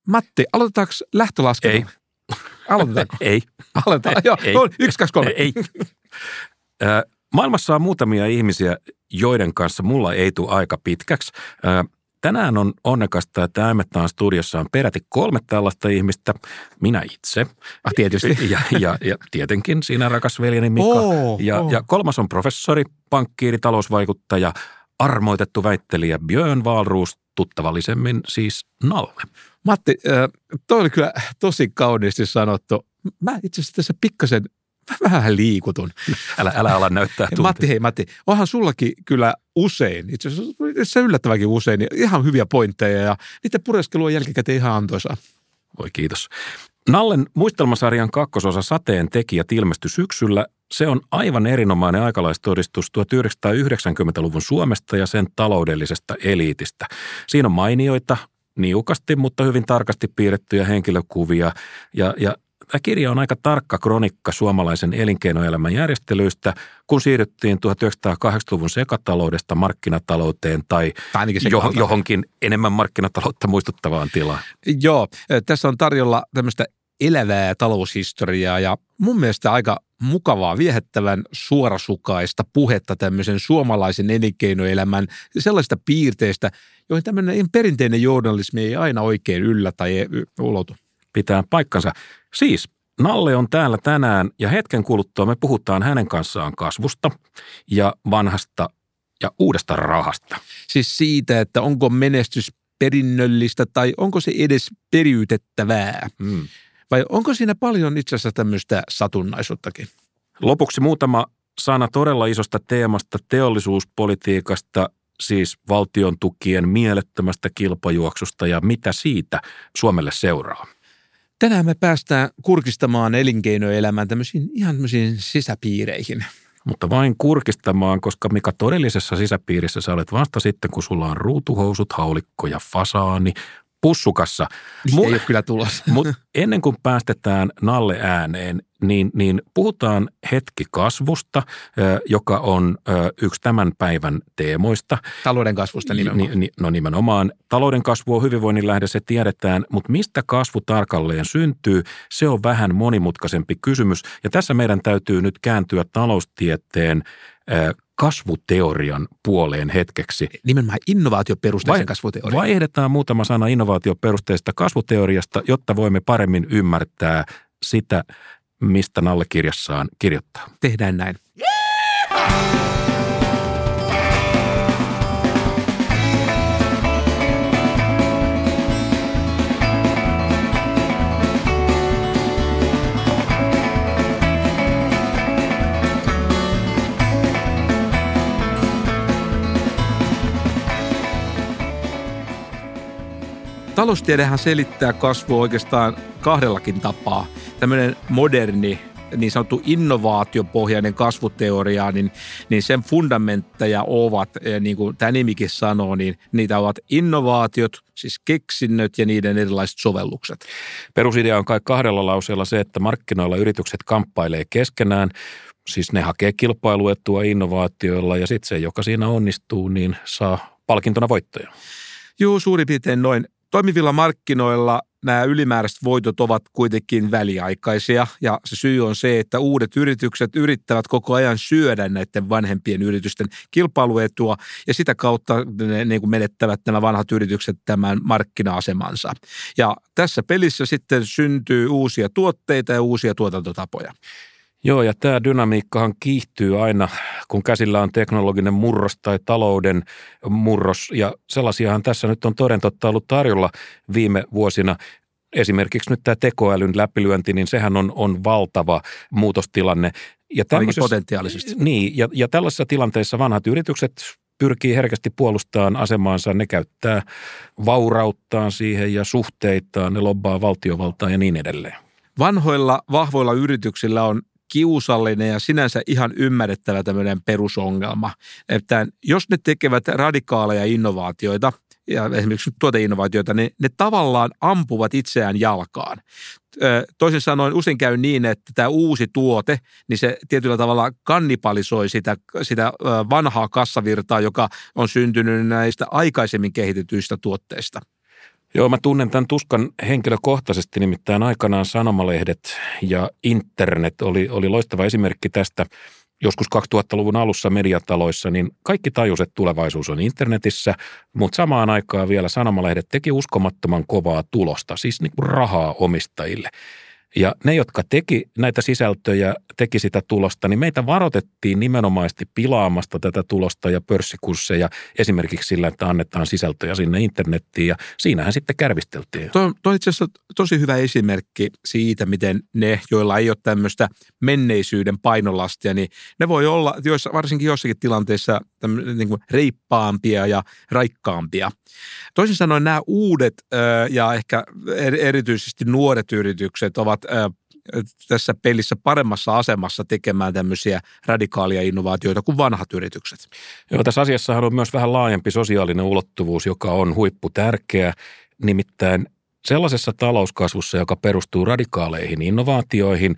Matti, aloitetaanko lähtölaskenta? Ei. Aloitetaanko? Ei. Aloitetaan, joo. Ei. No, 1, 2, 3. Ei. Maailmassa on muutamia ihmisiä, joiden kanssa mulla ei tule aika pitkäksi. Tänään on onnekasta, että Äimettään studiossa on peräti 3 tällaista ihmistä. Minä itse. Tietysti. Ja tietenkin siinä rakas veljeni Mika. Ja 3 on professori, pankkiiri, talousvaikuttaja, armoitettu väittelijä Björn Wahlroos, tuttavallisemmin siis Nalle. Matti, toi oli kyllä tosi kauniisti sanottu. Mä itse asiassa tässä pikkasen vähän liikutun. Älä ala näyttää tunteita. Matti, onhan sullakin kyllä usein, itse asiassa yllättävänkin usein, ihan hyviä pointteja ja niiden pureskelu on jälkikäteen ihan antoisaa. Voi kiitos. Nallen muistelmasarjan 2. Sateen tekijät ilmestyi syksyllä. Se on aivan erinomainen aikalaistodistus 1990-luvun Suomesta ja sen taloudellisesta eliitistä. Siinä on mainioita, niukasti, mutta hyvin tarkasti piirrettyjä henkilökuvia ja tämä kirja on aika tarkka kronikka suomalaisen elinkeinoelämän järjestelyistä, kun siirryttiin 1980-luvun sekataloudesta markkinatalouteen tai johonkin enemmän markkinataloutta muistuttavaan tilaan. Joo, tässä on tarjolla tämmöistä elävää taloushistoriaa ja mun mielestä aika mukavaa, viehättävän suorasukaista puhetta tämmöisen suomalaisen elinkeinoelämän sellaisista piirteistä, joihin tämmöinen perinteinen journalismi ei aina oikein yllä tai ulotu. Pitää paikkansa. Siis Nalle on täällä tänään ja hetken kuluttua me puhutaan hänen kanssaan kasvusta ja vanhasta ja uudesta rahasta. Siis siitä, että onko menestys perinnöllistä tai onko se edes periytettävää? Vai onko siinä paljon itse asiassa tämmöistä satunnaisuuttakin? Lopuksi muutama sana todella isosta teemasta, teollisuuspolitiikasta, siis valtion tukien mielettömästä kilpajuoksusta ja mitä siitä Suomelle seuraa. Tänään me päästään kurkistamaan elinkeinoelämään ihan tämmöisiin sisäpiireihin. Mutta vain kurkistamaan, koska mikä todellisessa sisäpiirissä sä olet vasta sitten, kun sulla on ruutuhousut, haulikko ja fasaani pussukassa. Ei ole kyllä tulossa. Mutta ennen kuin päästetään Nalle ääneen, niin puhutaan hetki kasvusta, joka on yksi tämän päivän teemoista. Talouden kasvusta nimenomaan. No nimenomaan. Talouden kasvu on hyvinvoinnin lähde, se tiedetään, mutta mistä kasvu tarkalleen syntyy, se on vähän monimutkaisempi kysymys. Ja tässä meidän täytyy nyt kääntyä taloustieteen kasvuteorian puoleen hetkeksi. Nimenomaan innovaatioperusteisen kasvuteorian. Vaihdetaan muutama sana innovaatioperusteista kasvuteoriasta, jotta voimme paremmin ymmärtää sitä, mistä Nalle kirjassaan kirjoittaa. Tehdään näin. Taloustiedehän selittää kasvua oikeastaan 2 tapaa. Tämmöinen moderni, niin sanottu innovaatiopohjainen kasvuteoria, niin sen fundamentteja ovat, niin kuin tämä nimikin sanoo, niin niitä ovat innovaatiot, siis keksinnöt ja niiden erilaiset sovellukset. Perusidea on kai 2 lauseella se, että markkinoilla yritykset kamppailee keskenään, siis ne hakee kilpailuetua innovaatioilla ja sitten se, joka siinä onnistuu, niin saa palkintona voittoja. Joo, suurin piirtein noin. Toimivilla markkinoilla nämä ylimääräiset voitot ovat kuitenkin väliaikaisia ja se syy on se, että uudet yritykset yrittävät koko ajan syödä näiden vanhempien yritysten kilpailuetua ja sitä kautta ne niin kuin menettävät nämä vanhat yritykset tämän markkina-asemansa. Ja tässä pelissä sitten syntyy uusia tuotteita ja uusia tuotantotapoja. Joo, ja tämä dynamiikkahan kiihtyy aina, kun käsillä on teknologinen murros tai talouden murros, ja sellaisiahan tässä nyt on toden totta ollut tarjolla viime vuosina. Esimerkiksi nyt tämä tekoälyn läpilyönti, niin sehän on valtava muutostilanne. Ja potentiaalisesti. Niin, ja tällaisessa tilanteessa vanhat yritykset pyrkii herkästi puolustamaan asemaansa, ne käyttää vaurauttaan siihen ja suhteitaan, ne lobbaa valtiovaltaa ja niin edelleen. Vanhoilla, vahvoilla yrityksillä on kiusallinen ja sinänsä ihan ymmärrettävä tämmöinen perusongelma, että jos ne tekevät radikaaleja innovaatioita, ja esimerkiksi tuoteinnovaatioita, niin ne tavallaan ampuvat itseään jalkaan. Toisin sanoen usein käy niin, että tämä uusi tuote, niin se tietyllä tavalla kannibalisoi sitä vanhaa kassavirtaa, joka on syntynyt näistä aikaisemmin kehitetyistä tuotteista. Joo, mä tunnen tämän tuskan henkilökohtaisesti, nimittäin aikanaan sanomalehdet ja internet oli loistava esimerkki tästä. Joskus 2000-luvun alussa mediataloissa, niin kaikki tajus, että tulevaisuus on internetissä, mutta samaan aikaan vielä sanomalehdet teki uskomattoman kovaa tulosta, siis niin kuin rahaa omistajille. Ja ne, jotka teki näitä sisältöjä, teki sitä tulosta, niin meitä varoitettiin nimenomaisesti pilaamasta tätä tulosta ja pörssikursseja esimerkiksi sillä, että annetaan sisältöjä sinne internettiin ja siinähän sitten kärvisteltiin. Tuo on itse asiassa tosi hyvä esimerkki siitä, miten ne, joilla ei ole tämmöistä menneisyyden painolastia, niin ne voi olla varsinkin jossakin tilanteissa niin kuin reippaampia ja raikkaampia. Toisin sanoen nämä uudet ja ehkä erityisesti nuoret yritykset ovat tässä pelissä paremmassa asemassa tekemään tämmöisiä radikaalia innovaatioita kuin vanhat yritykset. Joo, tässä asiassahan on myös vähän laajempi sosiaalinen ulottuvuus, joka on huipputärkeä, nimittäin sellaisessa talouskasvussa, joka perustuu radikaaleihin innovaatioihin,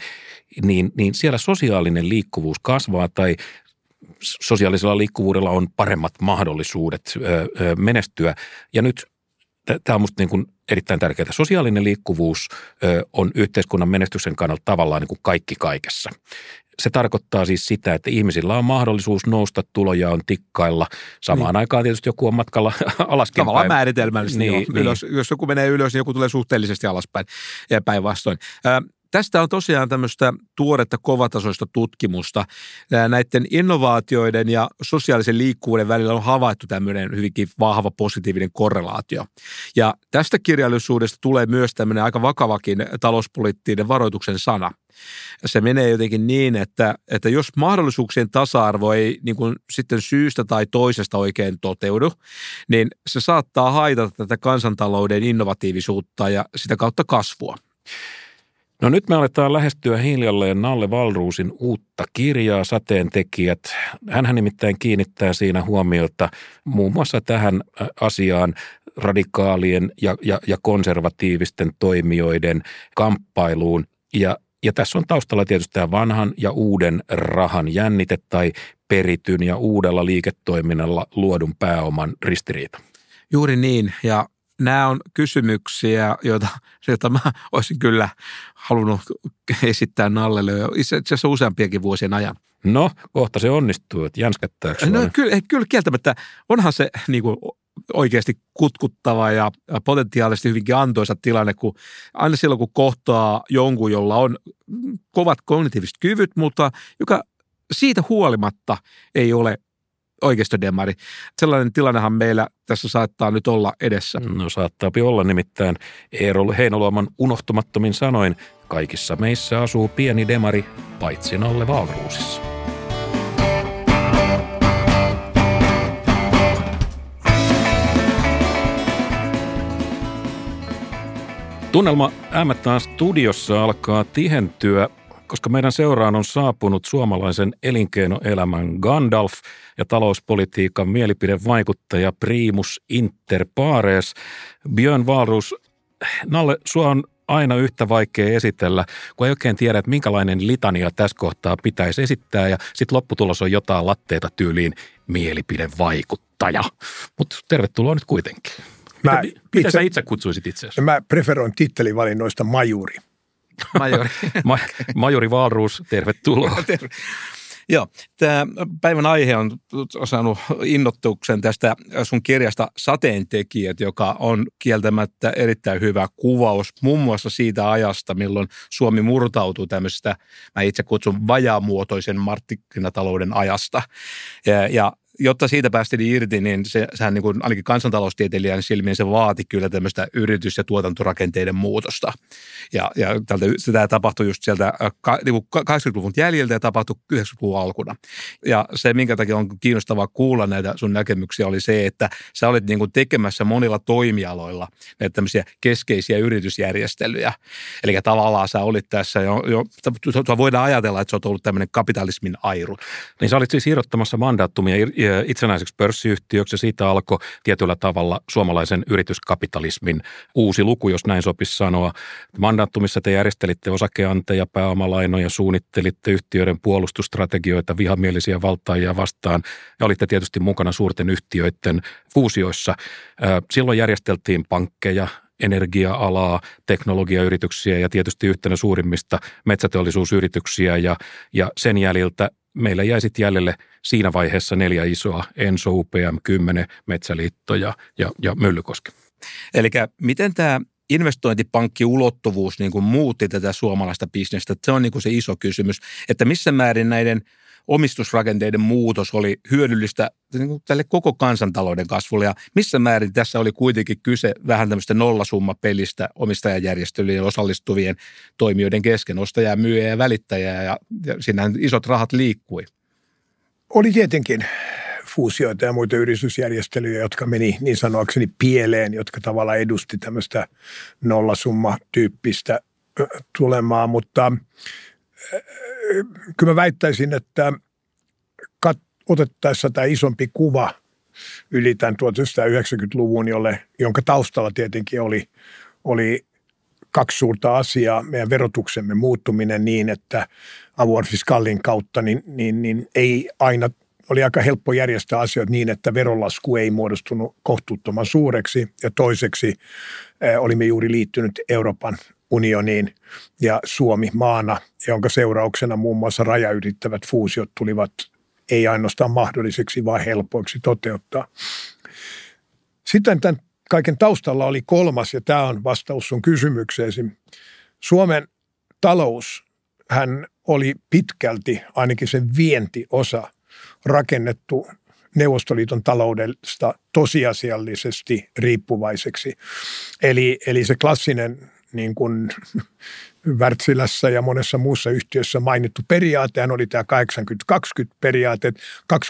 niin siellä sosiaalinen liikkuvuus kasvaa tai sosiaalisella liikkuvuudella on paremmat mahdollisuudet menestyä. Ja nyt tämä on musta niin kuin erittäin tärkeää. Sosiaalinen liikkuvuus on yhteiskunnan menestyksen kannalta tavallaan niin kuin kaikki kaikessa. Se tarkoittaa siis sitä, että ihmisillä on mahdollisuus nousta tulojaon tikkailla. Samaan aikaan tietysti joku on matkalla alaskin tavallaan määritelmällisesti. Niin. Jos joku menee ylös, niin joku tulee suhteellisesti alaspäin ja päinvastoin. Tästä on tosiaan tämmöistä tuoretta kovatasoista tutkimusta. Näiden innovaatioiden ja sosiaalisen liikkuvuuden välillä on havaittu tämmöinen hyvinkin vahva positiivinen korrelaatio. Ja tästä kirjallisuudesta tulee myös tämmöinen aika vakavakin talouspoliittinen varoituksen sana. Se menee jotenkin niin, että jos mahdollisuuksien tasa-arvo ei niin kuin sitten syystä tai toisesta oikein toteudu, niin se saattaa haitata tätä kansantalouden innovatiivisuutta ja sitä kautta kasvua. No nyt me aletaan lähestyä hiljalleen Nalle Wahlroosin uutta kirjaa Sateentekijät. Hänhän nimittäin kiinnittää siinä huomiota muun muassa tähän asiaan radikaalien ja konservatiivisten toimijoiden kamppailuun. Ja tässä on taustalla tietysti tämä vanhan ja uuden rahan jännite tai perityn ja uudella liiketoiminnalla luodun pääoman ristiriita. Juuri niin, ja nämä on kysymyksiä, joita mä olisin kyllä halunnut esittää Nallelle jo itse asiassa useampiakin vuosien ajan. No, kohta se onnistuu, että jänskättääkö? No kyllä kieltämättä. Onhan se niin kuin oikeasti kutkuttava ja potentiaalisesti hyvinkin antoisa tilanne, kun aina silloin kun kohtaa jonkun, jolla on kovat kognitiiviset kyvyt, mutta joka siitä huolimatta ei ole oikeistodemari. Sellainen tilannehan meillä tässä saattaa nyt olla edessä. No saattaapi olla, nimittäin Eero Heinäluoman unohtumattomin sanoin, kaikissa meissä asuu pieni demari, paitsi Nalle Wahlroosissa. Tunnelma Ämmättään studiossa alkaa tihentyä, koska meidän seuraan on saapunut suomalaisen elinkeinoelämän Gandalf ja talouspolitiikan mielipidevaikuttaja primus inter pares. Björn Wahlroos, Nalle, sua on aina yhtä vaikea esitellä, kun ei oikein tiedä, että minkälainen litania tässä kohtaa pitäisi esittää ja sitten lopputulos on jotain latteita tyyliin mielipidevaikuttaja. Mutta tervetuloa nyt kuitenkin. Mitä sä itse kutsuisit itseäsi? Mä preferoin tittelivalinnoista majuri. Majuri Wahlroos, tervetuloa. Joo, tämä päivän aihe on saanut innoituksen tästä sun kirjasta Sateentekijät, joka on kieltämättä erittäin hyvä kuvaus muun muassa siitä ajasta, milloin Suomi murtautuu tämmöisestä, mä itse kutsun vajaamuotoisen markkinatalouden ajasta. Ja jotta siitä päästiin irti, niin sehän niin kuin ainakin kansantaloustieteilijän silmiin se vaati kyllä tämmöistä yritys- ja tuotantorakenteiden muutosta. Ja tämä tapahtui just sieltä 80-luvun jäljiltä ja tapahtui 90-luvun alkuna. Ja se, minkä takia on kiinnostavaa kuulla näitä sun näkemyksiä, oli se, että sä olet niin kuin tekemässä monilla toimialoilla näitä tämmöisiä keskeisiä yritysjärjestelyjä. Eli tavallaan sä olit tässä voidaan ajatella, että sä oot ollut tämmöinen kapitalismin airu. Niin sä olit siis irrottamassa Mandatumia itsenäiseksi pörssiyhtiöksi ja siitä alkoi tietyllä tavalla suomalaisen yrityskapitalismin uusi luku, jos näin sopisi sanoa. Mandaattumissa te järjestelitte osakeanteja, pääomalainoja, suunnittelitte yhtiöiden puolustusstrategioita, vihamielisiä valtaajia vastaan ja olitte tietysti mukana suurten yhtiöiden fuusioissa. Silloin järjesteltiin pankkeja, energia-alaa, teknologiayrityksiä ja tietysti yhtenä suurimmista metsäteollisuusyrityksiä ja sen jäljiltä meillä jäi sitten jäljelle siinä vaiheessa 4 isoa, Enso, UPM, Kymmene, Metsäliitto ja Myllykoski. Eli miten tämä investointipankkiulottuvuus niin kuin muutti tätä suomalaista bisnestä? Se on niin kuin se iso kysymys, että missä määrin näiden omistusrakenteiden muutos oli hyödyllistä niin kuin tälle koko kansantalouden kasvulle ja missä määrin tässä oli kuitenkin kyse vähän tämmöistä nollasummapelistä omistajajärjestelyjen osallistuvien toimijoiden kesken, ostajaa, myyjää ja välittäjää ja siinä isot rahat liikkui. Oli tietenkin fuusioita ja muita yritysjärjestelyjä, jotka meni niin sanoakseni pieleen, jotka tavallaan edusti tämmöistä nollasummatyyppistä tulemaa, mutta kyllä mä väittäisin, että otettaessa tämä isompi kuva yli tämän 1990-luvun, jonka taustalla tietenkin oli 2 suurta asiaa. Meidän verotuksemme muuttuminen niin, että avoir fiscalin kautta niin ei aina, oli aika helppo järjestää asioita niin, että verolasku ei muodostunut kohtuuttoman suureksi. Ja toiseksi olimme juuri liittynyt Euroopan unioniin ja Suomi maana, jonka seurauksena muun muassa rajaylittävät fuusiot tulivat ei ainoastaan mahdolliseksi, vaan helpoiksi toteuttaa. Sitten tämän kaiken taustalla oli 3, ja tämä on vastaus sun kysymykseesi. Suomen talous, hän oli pitkälti, ainakin sen vientiosa, rakennettu Neuvostoliiton taloudesta tosiasiallisesti riippuvaiseksi. Eli se klassinen niin kuin Wärtsilässä ja monessa muussa yhtiössä mainittu periaate oli tämä 80-20 periaate, että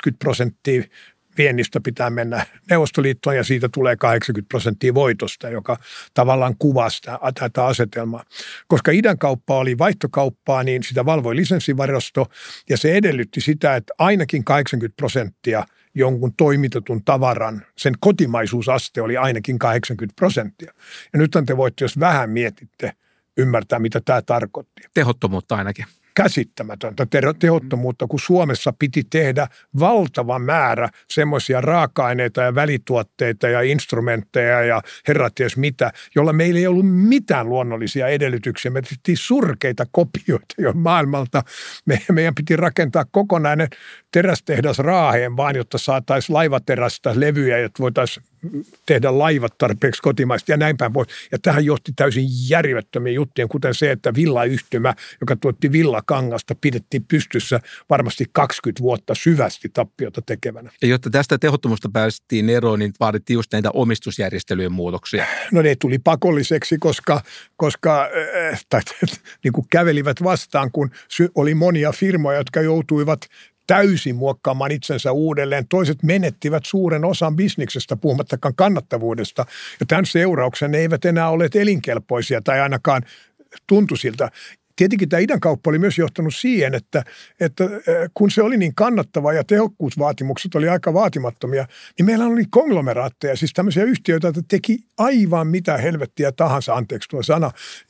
20% viennistä pitää mennä Neuvostoliittoon ja siitä tulee 80% voitosta, joka tavallaan kuvaa tätä asetelmaa. Koska idänkauppa oli vaihtokauppaa, niin sitä valvoi lisenssivarasto ja se edellytti sitä, että ainakin 80% jonkun toimitetun tavaran, sen kotimaisuusaste oli ainakin 80%. Ja nyt te voitte, jos vähän mietitte, ymmärtää, mitä tämä tarkoitti. Tehottomuutta ainakin. Käsittämätöntä tehottomuutta, kun Suomessa piti tehdä valtava määrä semmoisia raaka-aineita ja välituotteita ja instrumentteja ja herraties mitä, jolla meillä ei ollut mitään luonnollisia edellytyksiä. Me tehtiin surkeita kopioita jo maailmalta. Meidän piti rakentaa kokonainen terästehdas Raaheen vaan, jotta saataisiin laivaterästä levyjä, jotta voitaisiin tehdä laivat tarpeeksi kotimaista ja näin päin pois. Ja tähän johti täysin järjettömiä juttuja, kuten se, että villayhtymä, joka tuotti villakangasta, pidettiin pystyssä varmasti 20 vuotta syvästi tappiota tekevänä. Ja jotta tästä tehottomuutta päästiin eroon, niin vaadittiin just näitä omistusjärjestelyjen muutoksia. No ne tuli pakolliseksi, koska niin kuin kävelivät vastaan, kun oli monia firmoja, jotka joutuivat täysin muokkaamaan itsensä uudelleen. Toiset menettivät suuren osan bisniksestä, puhumattakaan kannattavuudesta. Ja tämän seurauksen ne eivät enää olleet elinkelpoisia tai ainakaan tuntui siltä. Tietenkin tämä idänkauppa oli myös johtanut siihen, että kun se oli niin kannattava ja tehokkuusvaatimukset oli aika vaatimattomia, niin meillä oli konglomeraatteja, siis tämmöisiä yhtiöitä, jotka teki aivan mitä helvettiä tahansa, anteeksi tuo sana,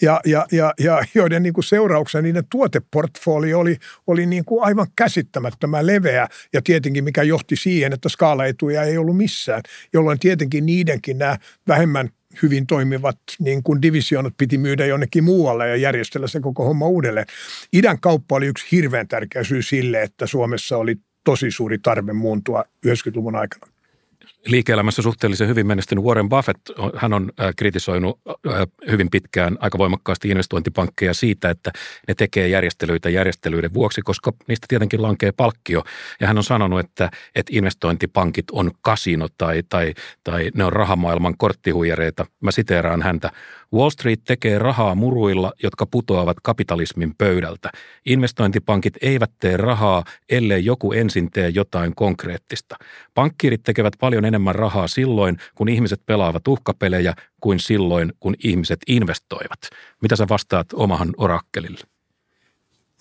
ja joiden niin kuin seurauksena niiden tuoteportfolio oli niin kuin aivan käsittämättömän leveä ja tietenkin mikä johti siihen, että skaalaetuja ei ollut missään, jolloin tietenkin niidenkin nämä vähemmän hyvin toimivat niin kuin divisioonat piti myydä jonnekin muualle ja järjestellä se koko homma uudelleen. Idän kauppa oli yksi hirveän tärkeä syy sille, että Suomessa oli tosi suuri tarve muuntua 90-luvun aikana. Liike-elämässä suhteellisen hyvin menestynyt Warren Buffett, hän on kritisoinut hyvin pitkään aika voimakkaasti investointipankkeja siitä, että ne tekee järjestelyitä järjestelyiden vuoksi, koska niistä tietenkin lankee palkkio. Ja hän on sanonut, että investointipankit on kasino tai ne on rahamaailman korttihuijareita. Mä siteeraan häntä. Wall Street tekee rahaa muruilla, jotka putoavat kapitalismin pöydältä. Investointipankit eivät tee rahaa, ellei joku ensin tee jotain konkreettista. Pankkiirit tekevät paljon enemmän rahaa silloin, kun ihmiset pelaavat uhkapelejä, kuin silloin, kun ihmiset investoivat. Mitä sä vastaat omahan orakkelille?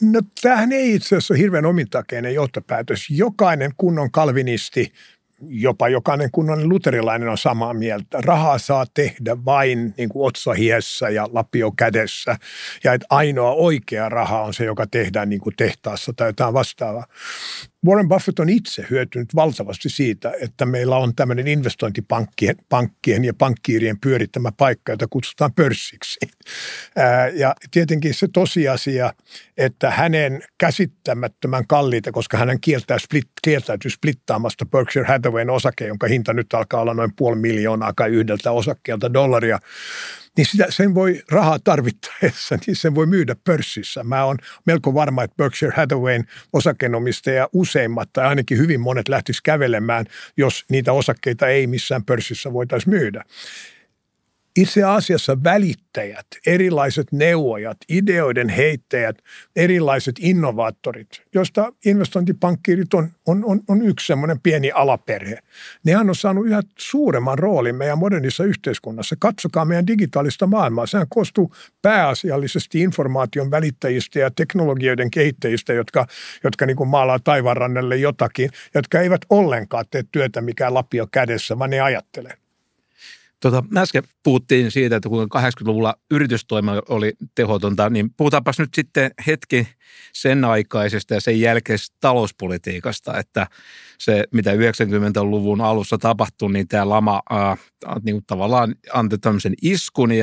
No tämähän ei itse asiassa ole hirveän omintakeinen johtopäätös. Jokainen kunnon kalvinisti, jopa jokainen kunnon luterilainen on samaa mieltä. Rahaa saa tehdä vain niin kuin otsa hiessä ja lapio kädessä. Ja että ainoa oikea raha on se, joka tehdään niin kuin tehtaassa tai jotain vastaavaa. Warren Buffett on itse hyötynyt valtavasti siitä, että meillä on tämmöinen investointipankkien ja pankkiirien pyörittämä paikka, jota kutsutaan pörssiksi. Ja tietenkin se tosiasia, että hänen käsittämättömän kalliita, koska hänen kieltäytyy splittaamasta Berkshire Hathawayn osake, jonka hinta nyt alkaa olla noin $500 000 kai yhdeltä osakkeelta dollaria, niin sen voi rahaa tarvittaessa, niin sen voi myydä pörssissä. Mä oon melko varma, että Berkshire Hathawayn osakkeenomistajia useimmat tai ainakin hyvin monet lähtis kävelemään, jos niitä osakkeita ei missään pörssissä voitaisiin myydä. Itse asiassa välittäjät, erilaiset neuvojat, ideoiden heittäjät, erilaiset innovaattorit, joista investointipankkiirit on yksi semmoinen pieni alaperhe. Nehän on saanut yhä suuremman roolin meidän modernissa yhteiskunnassa. Katsokaa meidän digitaalista maailmaa. Sehän koostuu pääasiallisesti informaation välittäjistä ja teknologioiden kehittäjistä, jotka niin kuin maalaa taivaanrannalle jotakin, jotka eivät ollenkaan tee työtä mikään lapio kädessä, vaan ne ajattelee. Äsken puhuttiin siitä, että kuinka 80-luvulla yritystoima oli tehotonta, niin puhutaanpas nyt sitten hetki sen aikaisesta ja sen jälkeisestä talouspolitiikasta, että se, mitä 90-luvun alussa tapahtui, niin tämä lama niin kuin tavallaan antoi tämmöisen iskun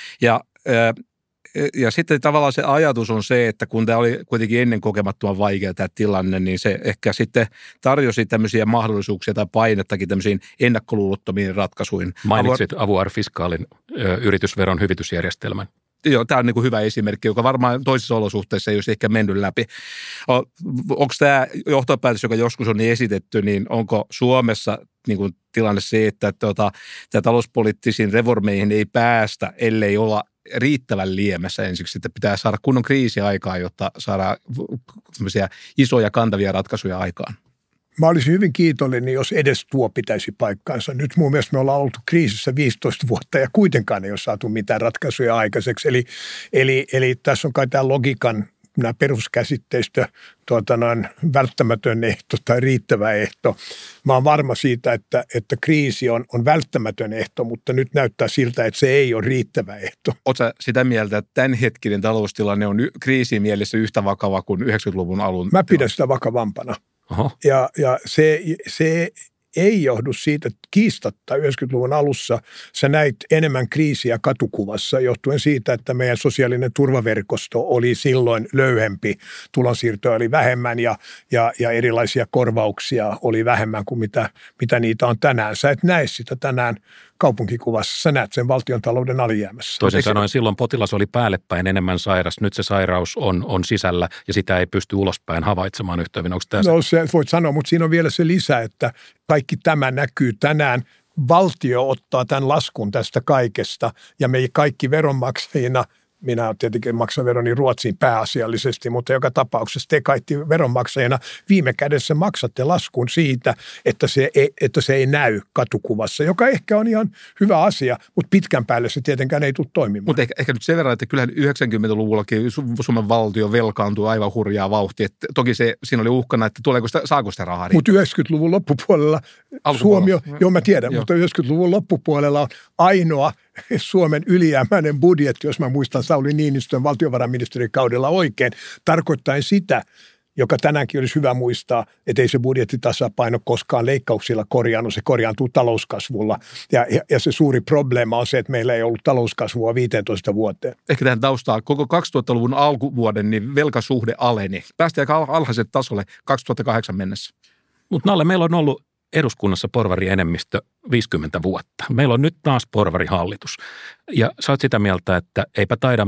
ja sitten tavallaan se ajatus on se, että kun tämä oli kuitenkin ennen kokemattoman vaikea tämä tilanne, niin se ehkä sitten tarjosi tämmöisiä mahdollisuuksia tai painettakin tämmöisiin ennakkoluulottomiin ratkaisuihin. Mainitsit avoir fiskaalin yritysveron hyvitysjärjestelmän. Joo, tämä on niin kuin hyvä esimerkki, joka varmaan toisissa olosuhteissa ei olisi ehkä mennyt läpi. Onko tämä johtopäätös, joka joskus on niin esitetty, niin onko Suomessa niin kuin tilanne se, että tämä talouspoliittisiin reformeihin ei päästä, ellei olla riittävän liemessä ensiksi, että pitää saada kunnon kriisi aikaan, jotta saadaan isoja kantavia ratkaisuja aikaan? Mä olisin hyvin kiitollinen, jos edes tuo pitäisi paikkaansa. Nyt mun mielestä me ollaan oltu kriisissä 15 vuotta ja kuitenkaan ei ole saatu mitään ratkaisuja aikaiseksi. Eli tässä on kai tämä logiikan nämä peruskäsitteistö välttämätön ehto tai riittävä ehto. Mä oon varma siitä, että kriisi on välttämätön ehto, mutta nyt näyttää siltä, että se ei ole riittävä ehto. Oletko sitä mieltä, että tämänhetkinen taloustilanne on kriisin mielessä yhtä vakava kuin 90-luvun alun? Mä pidän sitä vakavampana. Oho. Ja se ei johdu siitä, että kiistatta 90-luvun alussa sä näit enemmän kriisiä katukuvassa johtuen siitä, että meidän sosiaalinen turvaverkosto oli silloin löyhempi, tulonsiirtoja oli vähemmän ja erilaisia korvauksia oli vähemmän kuin mitä niitä on tänään. Sä et näe sitä tänään kaupunkikuvassa, sä näet sen valtiontalouden alijäämässä. Toisin sanoen silloin potilas oli päällepäin enemmän sairas, nyt se sairaus on sisällä ja sitä ei pysty ulospäin havaitsemaan yhtä hyvin. No se voit sanoa, mutta siinä on vielä se lisä, että kaikki tämä näkyy tänään. Valtio ottaa tämän laskun tästä kaikesta ja me kaikki veronmaksajina, minä tietenkin maksan veroni Ruotsiin pääasiallisesti, mutta joka tapauksessa te kaikki veronmaksajina viime kädessä maksatte laskun siitä, että se ei näy katukuvassa, joka ehkä on ihan hyvä asia, mutta pitkän päälle se tietenkään ei tule toimimaan. Mutta ehkä nyt sen verran, että kyllähän 90-luvullakin Suomen valtio velkaantui aivan hurjaa vauhtia. Toki siinä oli uhkana, että saako sitä rahaa. Mutta 90-luvun loppupuolella Suomi, mä tiedän, mutta 90-luvun loppupuolella on ainoa Suomen ylijäämäinen budjetti, jos mä muistan Sauli Niinistön valtiovarainministerikaudella oikein, tarkoittain sitä, joka tänäänkin olisi hyvä muistaa, että ei se budjettitasapaino koskaan leikkauksilla korjaannut, se korjaantuu talouskasvulla. Ja se suuri probleema on se, että meillä ei ollut talouskasvua 15 vuoteen. Ehkä tähän taustaan koko 2000-luvun alkuvuoden niin velkasuhde aleni. Päästiin aika alhaiselle tasolle 2008 mennessä. Mutta Nalle, meillä on ollut eduskunnassa porvarienemmistö 50 vuotta. Meillä on nyt taas porvarihallitus. Ja sä oot sitä mieltä, että eipä taida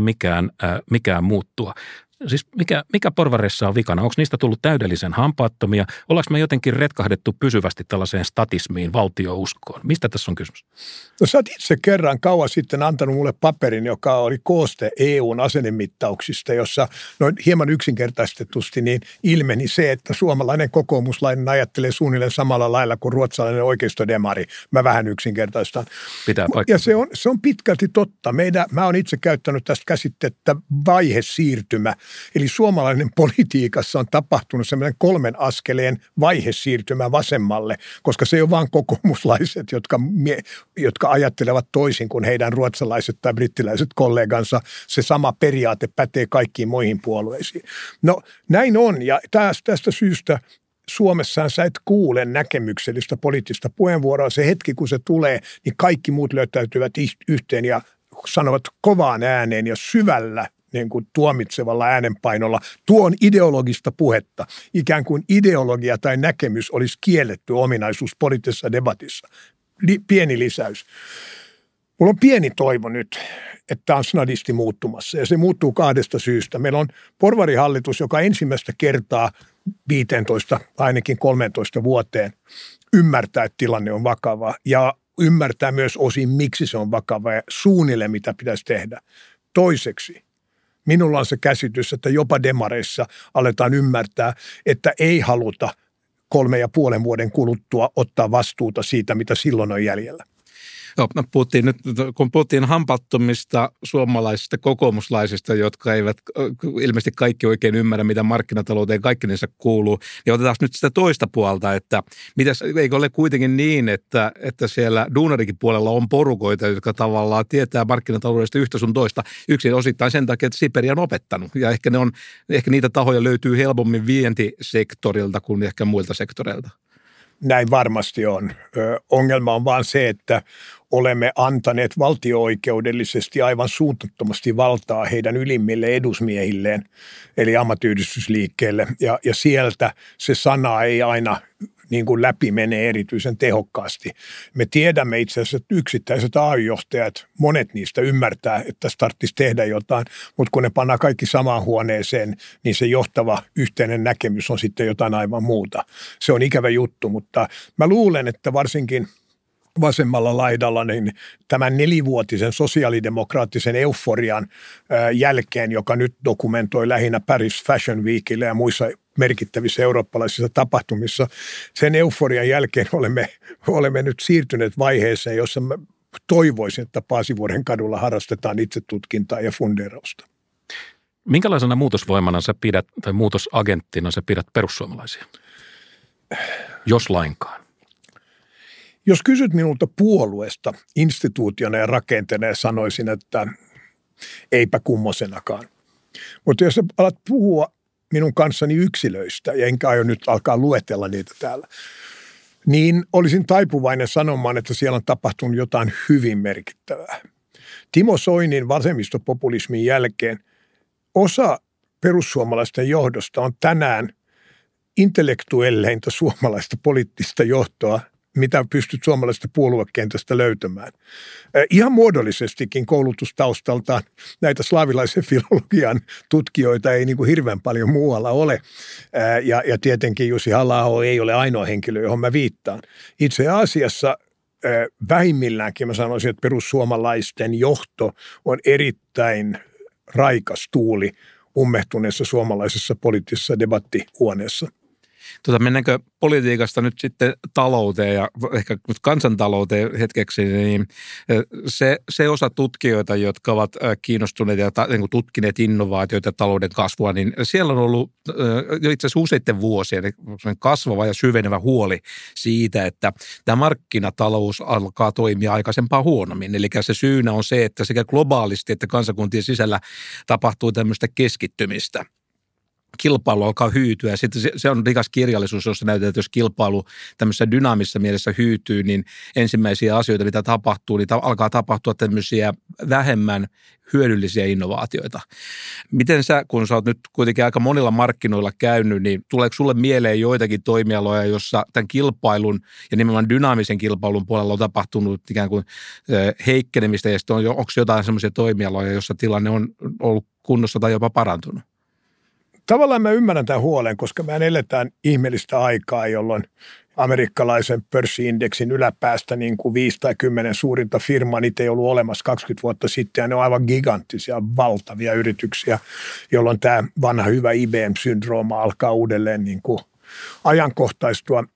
mikään muuttua. Siis mikä porvareissa on vikana? Onko niistä tullut täydellisen hampaattomia? Ollaanko me jotenkin retkahdettu pysyvästi tällaiseen statismiin, valtiouskoon? Mistä tässä on kysymys? No sä oot itse kerran kauan sitten antanut mulle paperin, joka oli kooste EUn asennemittauksista, jossa hieman yksinkertaistetusti niin ilmeni se, että suomalainen kokoomuslainen ajattelee suunnilleen samalla lailla kuin ruotsalainen oikeistodemari. Mä vähän yksinkertaistan. Pitää paikkaa. Ja se on pitkälti totta. Mä oon itse käyttänyt tästä käsitettä vaihesiirtymä. Eli suomalainen politiikassa on tapahtunut semmoinen 3 askeleen vaihesiirtymä vasemmalle, koska se ei ole vaan kokoomuslaiset, jotka ajattelevat toisin kuin heidän ruotsalaiset tai brittiläiset kollegansa. Se sama periaate pätee kaikkiin muihin puolueisiin. No näin on, ja tästä syystä Suomessaan sä et kuule näkemyksellistä poliittista puheenvuoroa. Se hetki, kun se tulee, niin kaikki muut löytäytyvät yhteen ja sanovat kovaan ääneen ja syvällä niin kuin tuomitsevalla äänenpainolla. Tuo on ideologista puhetta. Ikään kuin ideologia tai näkemys olisi kielletty ominaisuus poliittisessa debatissa. Pieni lisäys. Mulla on pieni toivo nyt, että tämä on snadisti muuttumassa, ja se muuttuu 2 syystä. Meillä on porvarihallitus, joka ensimmäistä kertaa 15, ainakin 13 vuoteen ymmärtää, että tilanne on vakava, ja ymmärtää myös osin, miksi se on vakava, ja suunnilleen, mitä pitäisi tehdä. Toiseksi, minulla on se käsitys, että jopa demareissa aletaan ymmärtää, että ei haluta 3,5 vuoden kuluttua ottaa vastuuta siitä, mitä silloin on jäljellä. Joo, kun puhuttiin hampattomista suomalaisista kokoomuslaisista, jotka eivät ilmeisesti kaikki oikein ymmärrä, mitä markkinatalouteen kaikkinensa kuuluu, niin otetaan nyt sitä toista puolta, että eikö ole kuitenkin niin, että siellä duunarikin puolella on porukoita, jotka tavallaan tietää markkinataloudesta yhtä sun toista yksin osittain sen takia, että Siperi on opettanut. Ja ehkä niitä tahoja löytyy helpommin vientisektorilta kuin ehkä muilta sektoreilta. Näin varmasti on. Ongelma on vaan se, että olemme antaneet valtio-oikeudellisesti aivan suunnattomasti valtaa heidän ylimmille edusmiehilleen, eli ammattiyhdistysliikkeelle, ja sieltä se sana ei aina niin kuin läpi menee erityisen tehokkaasti. Me tiedämme itse asiassa, että yksittäiset AY-johtajat, monet niistä ymmärtää, että tässä tarvitsisi tehdä jotain, mutta kun ne pannaan kaikki samaan huoneeseen, niin se johtava yhteinen näkemys on sitten jotain aivan muuta. Se on ikävä juttu, mutta mä luulen, että varsinkin vasemmalla laidalla niin tämän 4-vuotisen sosiaalidemokraattisen euforian jälkeen, joka nyt dokumentoi lähinnä Paris Fashion Weekille ja muissa merkittävissä eurooppalaisissa tapahtumissa, sen euforian jälkeen olemme nyt siirtyneet vaiheeseen, jossa mä toivoisin, että Paasivuoren kadulla harrastetaan itsetutkintaa ja fundeerausta. Minkälaisena muutosvoimana sä pidät, tai muutosagenttina sä pidät perussuomalaisia, jos lainkaan? Jos kysyt minulta puolueesta, instituutiona ja rakenteena, ja sanoisin, että eipä kummosenakaan. Mutta jos alat puhua minun kanssani yksilöistä, ja enkä aio nyt alkaa luetella niitä täällä, niin olisin taipuvainen sanomaan, että siellä on tapahtunut jotain hyvin merkittävää. Timo Soinin vasemmistopopulismin jälkeen osa perussuomalaisten johdosta on tänään intellektuelleinta suomalaista poliittista johtoa, mitä pystyt suomalaisesta puoluekentästä löytämään. Ihan muodollisestikin koulutustaustaltaan näitä slaavilaisen filologian tutkijoita ei niin kuin hirveän paljon muualla ole. Ja tietenkin Jussi Halla-aho ei ole ainoa henkilö, johon mä viittaan. Itse asiassa vähimmilläänkin mä sanoisin, että perussuomalaisten johto on erittäin raikas tuuli ummehtuneessa suomalaisessa poliittisessa debattihuoneessa. Mennäänkö politiikasta nyt sitten talouteen ja ehkä nyt kansantalouteen hetkeksi, niin se osa tutkijoita, jotka ovat kiinnostuneet ja tutkineet innovaatioita ja talouden kasvua, niin siellä on ollut jo itse asiassa useiden vuosien kasvava ja syvenevä huoli siitä, että tämä markkinatalous alkaa toimia aikaisempaa huonommin. Eli se syynä on se, että sekä globaalisti että kansakuntien sisällä tapahtuu tämmöistä keskittymistä. Kilpailu alkaa hyytyä. Sitten se on rikas kirjallisuus, jossa näytetään, että jos kilpailu tämmöisessä dynaamisessa mielessä hyytyy, niin ensimmäisiä asioita, mitä tapahtuu, niin alkaa tapahtua tämmöisiä vähemmän hyödyllisiä innovaatioita. Miten sä, kun sä oot nyt kuitenkin aika monilla markkinoilla käynyt, niin tuleeko sulle mieleen joitakin toimialoja, jossa tämän kilpailun ja nimenomaan dynaamisen kilpailun puolella on tapahtunut ikään kuin heikkenemistä, ja sitten onko jotain semmoisia toimialoja, jossa tilanne on ollut kunnossa tai jopa parantunut? Tavallaan mä ymmärrän tämän huolen, koska me eletään ihmeellistä aikaa, jolloin amerikkalaisen pörssiindeksin yläpäästä niin kuin 5 tai 10 suurinta firmaa, niitä ei ollut olemassa 20 vuotta sitten, ja ne on aivan giganttisia, valtavia yrityksiä, jolloin tämä vanha hyvä IBM-syndrooma alkaa uudelleen niin kuin ajankohtaistua.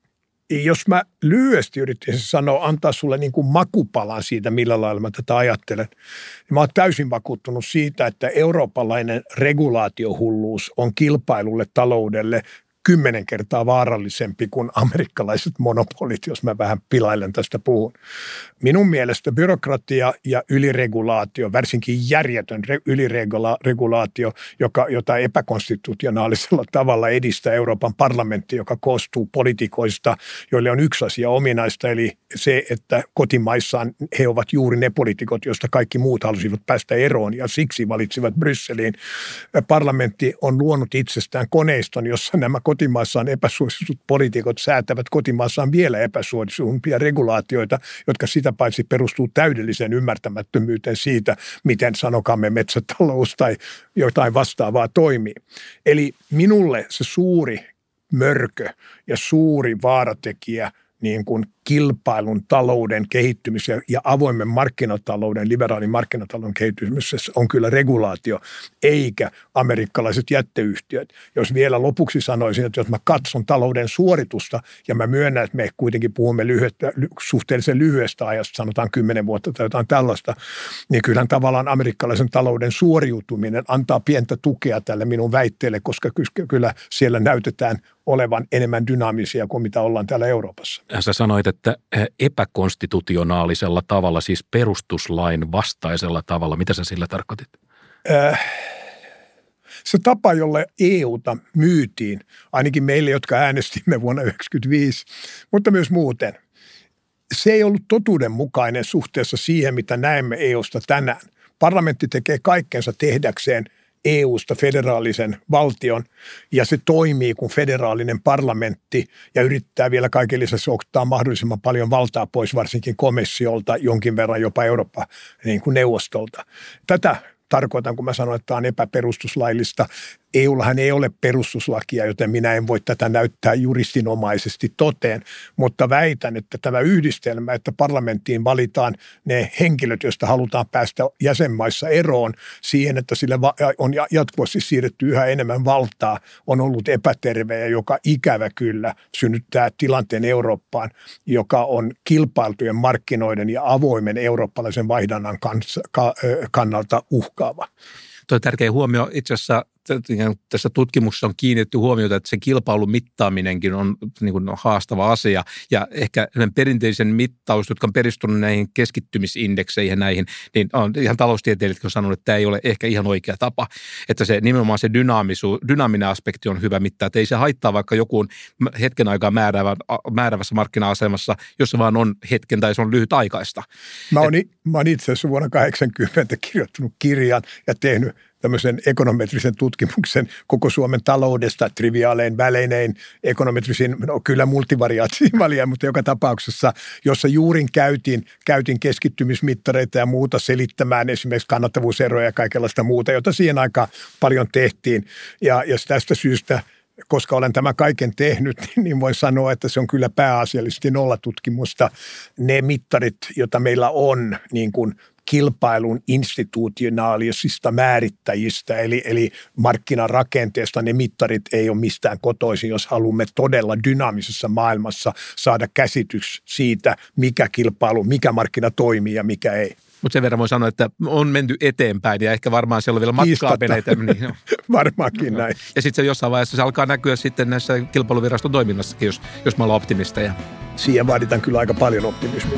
jos mä lyhyesti yrittäisin sanoa, antaa sulle niin kuin makupalan siitä, millä lailla mä tätä ajattelen, niin mä oon täysin vakuuttunut siitä, että eurooppalainen regulaatiohulluus on kilpailulle, taloudelle 10 kertaa vaarallisempi kuin amerikkalaiset monopolit, jos mä vähän pilailen tästä puhun. Minun mielestä byrokratia ja yliregulaatio, varsinkin järjetön yliregulaatio, jota epäkonstitutionaalisella tavalla edistää Euroopan parlamentti, joka koostuu poliitikoista, joille on yksi asia ominaista, eli se, että kotimaissaan he ovat juuri ne poliitikot, joista kaikki muut halusivat päästä eroon ja siksi valitsivat Brysseliin. Parlamentti on luonut itsestään koneiston, jossa nämä kotimaassaan epäsuositut poliitikot säätävät kotimaassaan vielä epäsuositumpia regulaatioita, jotka sitä paitsi perustuu täydelliseen ymmärtämättömyyteen siitä, miten sanokaamme metsätalous tai jotain vastaavaa toimii. Eli minulle se suuri mörkö ja suuri vaaratekijä niin kuin kilpailun talouden kehittymisessä ja avoimen markkinatalouden, liberaalin markkinatalouden kehittymisessä on kyllä regulaatio, eikä amerikkalaiset jätteyhtiöt. Jos vielä lopuksi sanoisin, että jos mä katson talouden suoritusta ja mä myönnän, että me kuitenkin puhumme suhteellisen lyhyestä ajasta, sanotaan 10 vuotta tai jotain tällaista, niin kyllähän tavallaan amerikkalaisen talouden suoriutuminen antaa pientä tukea tälle minun väitteelle, koska kyllä siellä näytetään olevan enemmän dynaamisia kuin mitä ollaan täällä Euroopassa. Sä sanoit, että epäkonstitutionaalisella tavalla, siis perustuslain vastaisella tavalla. Mitä sä sillä tarkoitit? Se tapa, jolle EUta myytiin, ainakin meille, jotka äänestimme vuonna 1995, mutta myös muuten, se ei ollut totuudenmukainen suhteessa siihen, mitä näemme EUsta tänään. Parlamentti tekee kaikkensa tehdäkseen EUsta federaalisen valtion ja se toimii kuin federaalinen parlamentti ja yrittää vielä kaiken lisäksi ottaa mahdollisimman paljon valtaa pois varsinkin komissiolta, jonkin verran jopa Euroopan niin kuin neuvostolta. Tätä tarkoitan, kun mä sanon, että tämä on epäperustuslaillista. EUllahan ei ole perustuslakia, joten minä en voi tätä näyttää juristinomaisesti toteen, mutta väitän, että tämä yhdistelmä, että parlamenttiin valitaan ne henkilöt, joista halutaan päästä jäsenmaissa eroon siihen, että sille on jatkuvasti siirretty yhä enemmän valtaa, on ollut epäterve ja joka ikävä kyllä synnyttää tilanteen Eurooppaan, joka on kilpailtujen markkinoiden ja avoimen eurooppalaisen vaihdannan kannalta uhkaava. Tuo tärkeä huomio itse asiassa tässä tutkimuksessa on kiinnitetty huomiota, että se kilpailun mittaaminenkin on niin kuin haastava asia. Ja ehkä perinteisen mittaus, jotka on peristunut näihin keskittymisindekseihin näihin, niin on ihan taloustieteilijät on sanonut, että tämä ei ole ehkä ihan oikea tapa. Että se nimenomaan se dynaaminen aspekti on hyvä mittaa. Että ei se haittaa, vaikka joku on hetken aikaa määräävässä markkina-asemassa, jos se vaan on hetken tai se on lyhytaikaista. Mä oon itse asiassa vuonna 1980 kirjoittanut kirjan ja tehnyt tämmöisen ekonometrisen tutkimuksen koko Suomen taloudesta, triviaalein, väleinein, ekonometrisin, kyllä multivariaatiovalia, mutta joka tapauksessa, jossa juurin käytin keskittymismittareita ja muuta selittämään esimerkiksi kannattavuuseroja ja kaikenlaista muuta, jota siihen aikaan paljon tehtiin. Ja tästä syystä, koska olen tämän kaiken tehnyt, niin voin sanoa, että se on kyllä pääasiallisesti nollatutkimusta. Ne mittarit, joita meillä on, niin kuin kilpailun institutionaalisista määrittäjistä, eli markkinarakenteesta, ne mittarit ei ole mistään kotoisin, jos haluamme todella dynaamisessa maailmassa saada käsitys siitä, mikä kilpailu, mikä markkina toimii ja mikä ei. Mutta sen verran voi sanoa, että on menty eteenpäin ja ehkä varmaan siellä on vielä matkaa menetä. Niin, varmaankin näin. Ja sitten se jossain vaiheessa se alkaa näkyä sitten näissä kilpailuviraston toiminnassakin, jos me ollaan optimisteja. Siihen vaaditaan kyllä aika paljon optimismia.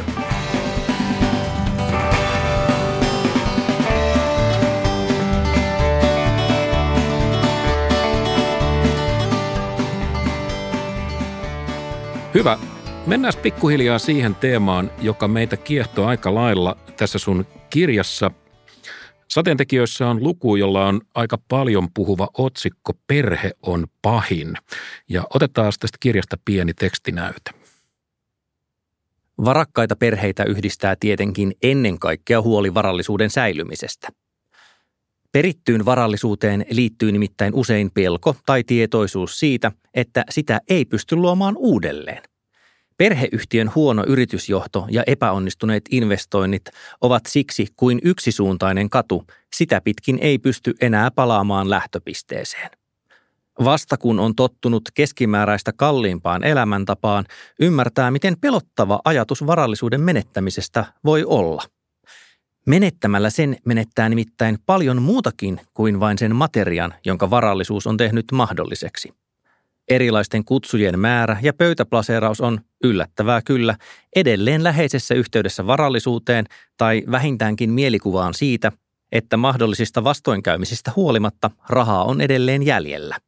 Hyvä. Mennään pikkuhiljaa siihen teemaan, joka meitä kiehtoo aika lailla tässä sun kirjassa. Sateentekijöissä on luku, jolla on aika paljon puhuva otsikko Perhe on pahin. Ja otetaan tästä kirjasta pieni tekstinäyte. Varakkaita perheitä yhdistää tietenkin ennen kaikkea huoli varallisuuden säilymisestä. Perittyyn varallisuuteen liittyy nimittäin usein pelko tai tietoisuus siitä, että sitä ei pysty luomaan uudelleen. Perheyhtiön huono yritysjohto ja epäonnistuneet investoinnit ovat siksi kuin yksisuuntainen katu, sitä pitkin ei pysty enää palaamaan lähtöpisteeseen. Vasta kun on tottunut keskimääräistä kalliimpaan elämäntapaan, ymmärtää, miten pelottava ajatus varallisuuden menettämisestä voi olla. Menettämällä sen menettää nimittäin paljon muutakin kuin vain sen materian, jonka varallisuus on tehnyt mahdolliseksi. Erilaisten kutsujen määrä ja pöytäplaseeraus on, yllättävää kyllä, edelleen läheisessä yhteydessä varallisuuteen tai vähintäänkin mielikuvaan siitä, että mahdollisista vastoinkäymisistä huolimatta rahaa on edelleen jäljellä.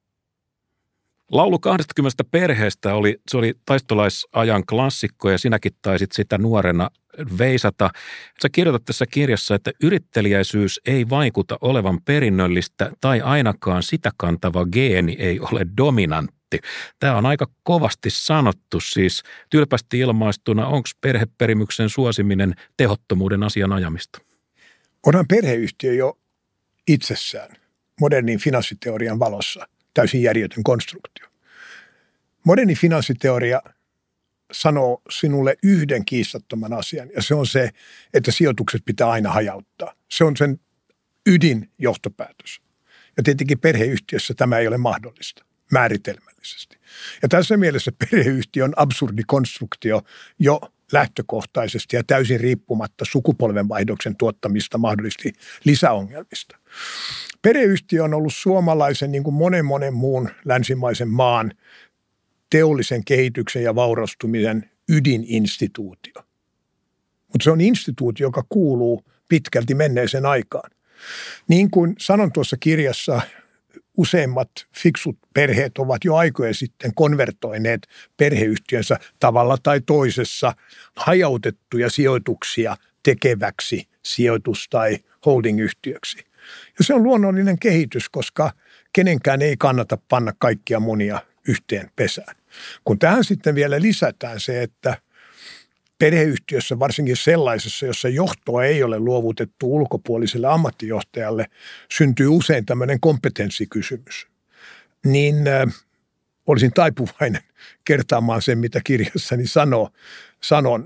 Laulu 20 perheestä oli taistolaisajan klassikko ja sinäkin taisit sitä nuorena veisata. Sä kirjoitat tässä kirjassa, että yritteliäisyys ei vaikuta olevan perinnöllistä tai ainakaan sitä kantava geeni ei ole dominantti. Tämä on aika kovasti sanottu, siis tylpästi ilmaistuna, onko perheperimyksen suosiminen tehottomuuden asian ajamista? Onhan perheyhtiö jo itsessään modernin finanssiteorian valossa täysin järjetön konstruktio. Moderni finanssiteoria sanoo sinulle yhden kiistattoman asian, ja se on se, että sijoitukset pitää aina hajauttaa. Se on sen ydinjohtopäätös. Ja tietenkin perheyhtiössä tämä ei ole mahdollista määritelmällisesti. Ja tässä mielessä perheyhtiö on absurdi konstruktio jo lähtökohtaisesti ja täysin riippumatta sukupolvenvaihdoksen tuottamista mahdollisesti lisäongelmista. Perheyhtiö on ollut suomalaisen niin kuin monen muun länsimaisen maan teollisen kehityksen ja vaurastumisen ydininstituutio. Mutta se on instituutio, joka kuuluu pitkälti menneeseen aikaan. Niin kuin sanon tuossa kirjassa, useimmat fiksut perheet ovat jo aikoja sitten konvertoineet perheyhtiönsä tavalla tai toisessa hajautettuja sijoituksia tekeväksi sijoitus- tai holdingyhtiöksi. Ja se on luonnollinen kehitys, koska kenenkään ei kannata panna kaikkia munia yhteen pesään. Kun tähän sitten vielä lisätään se, että perheyhtiössä, varsinkin sellaisessa, jossa johtoa ei ole luovutettu ulkopuoliselle ammattijohtajalle, syntyy usein tämmöinen kompetenssikysymys. Niin olisin taipuvainen kertaamaan sen, mitä kirjassani sanon.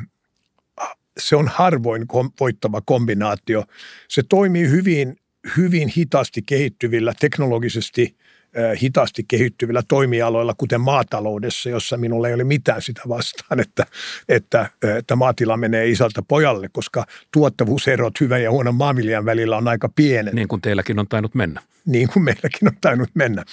Se on harvoin voittava kombinaatio. Se toimii hyvin hitaasti kehittyvillä, teknologisesti hitaasti kehittyvillä toimialoilla, kuten maataloudessa, jossa minulla ei ole mitään sitä vastaan, että maatila menee isältä pojalle, koska tuottavuuserot hyvän ja huonon maanviljan välillä on aika pienet. Niin kuin teilläkin on tainnut mennä. Niin kuin meilläkin on tainnut mennä.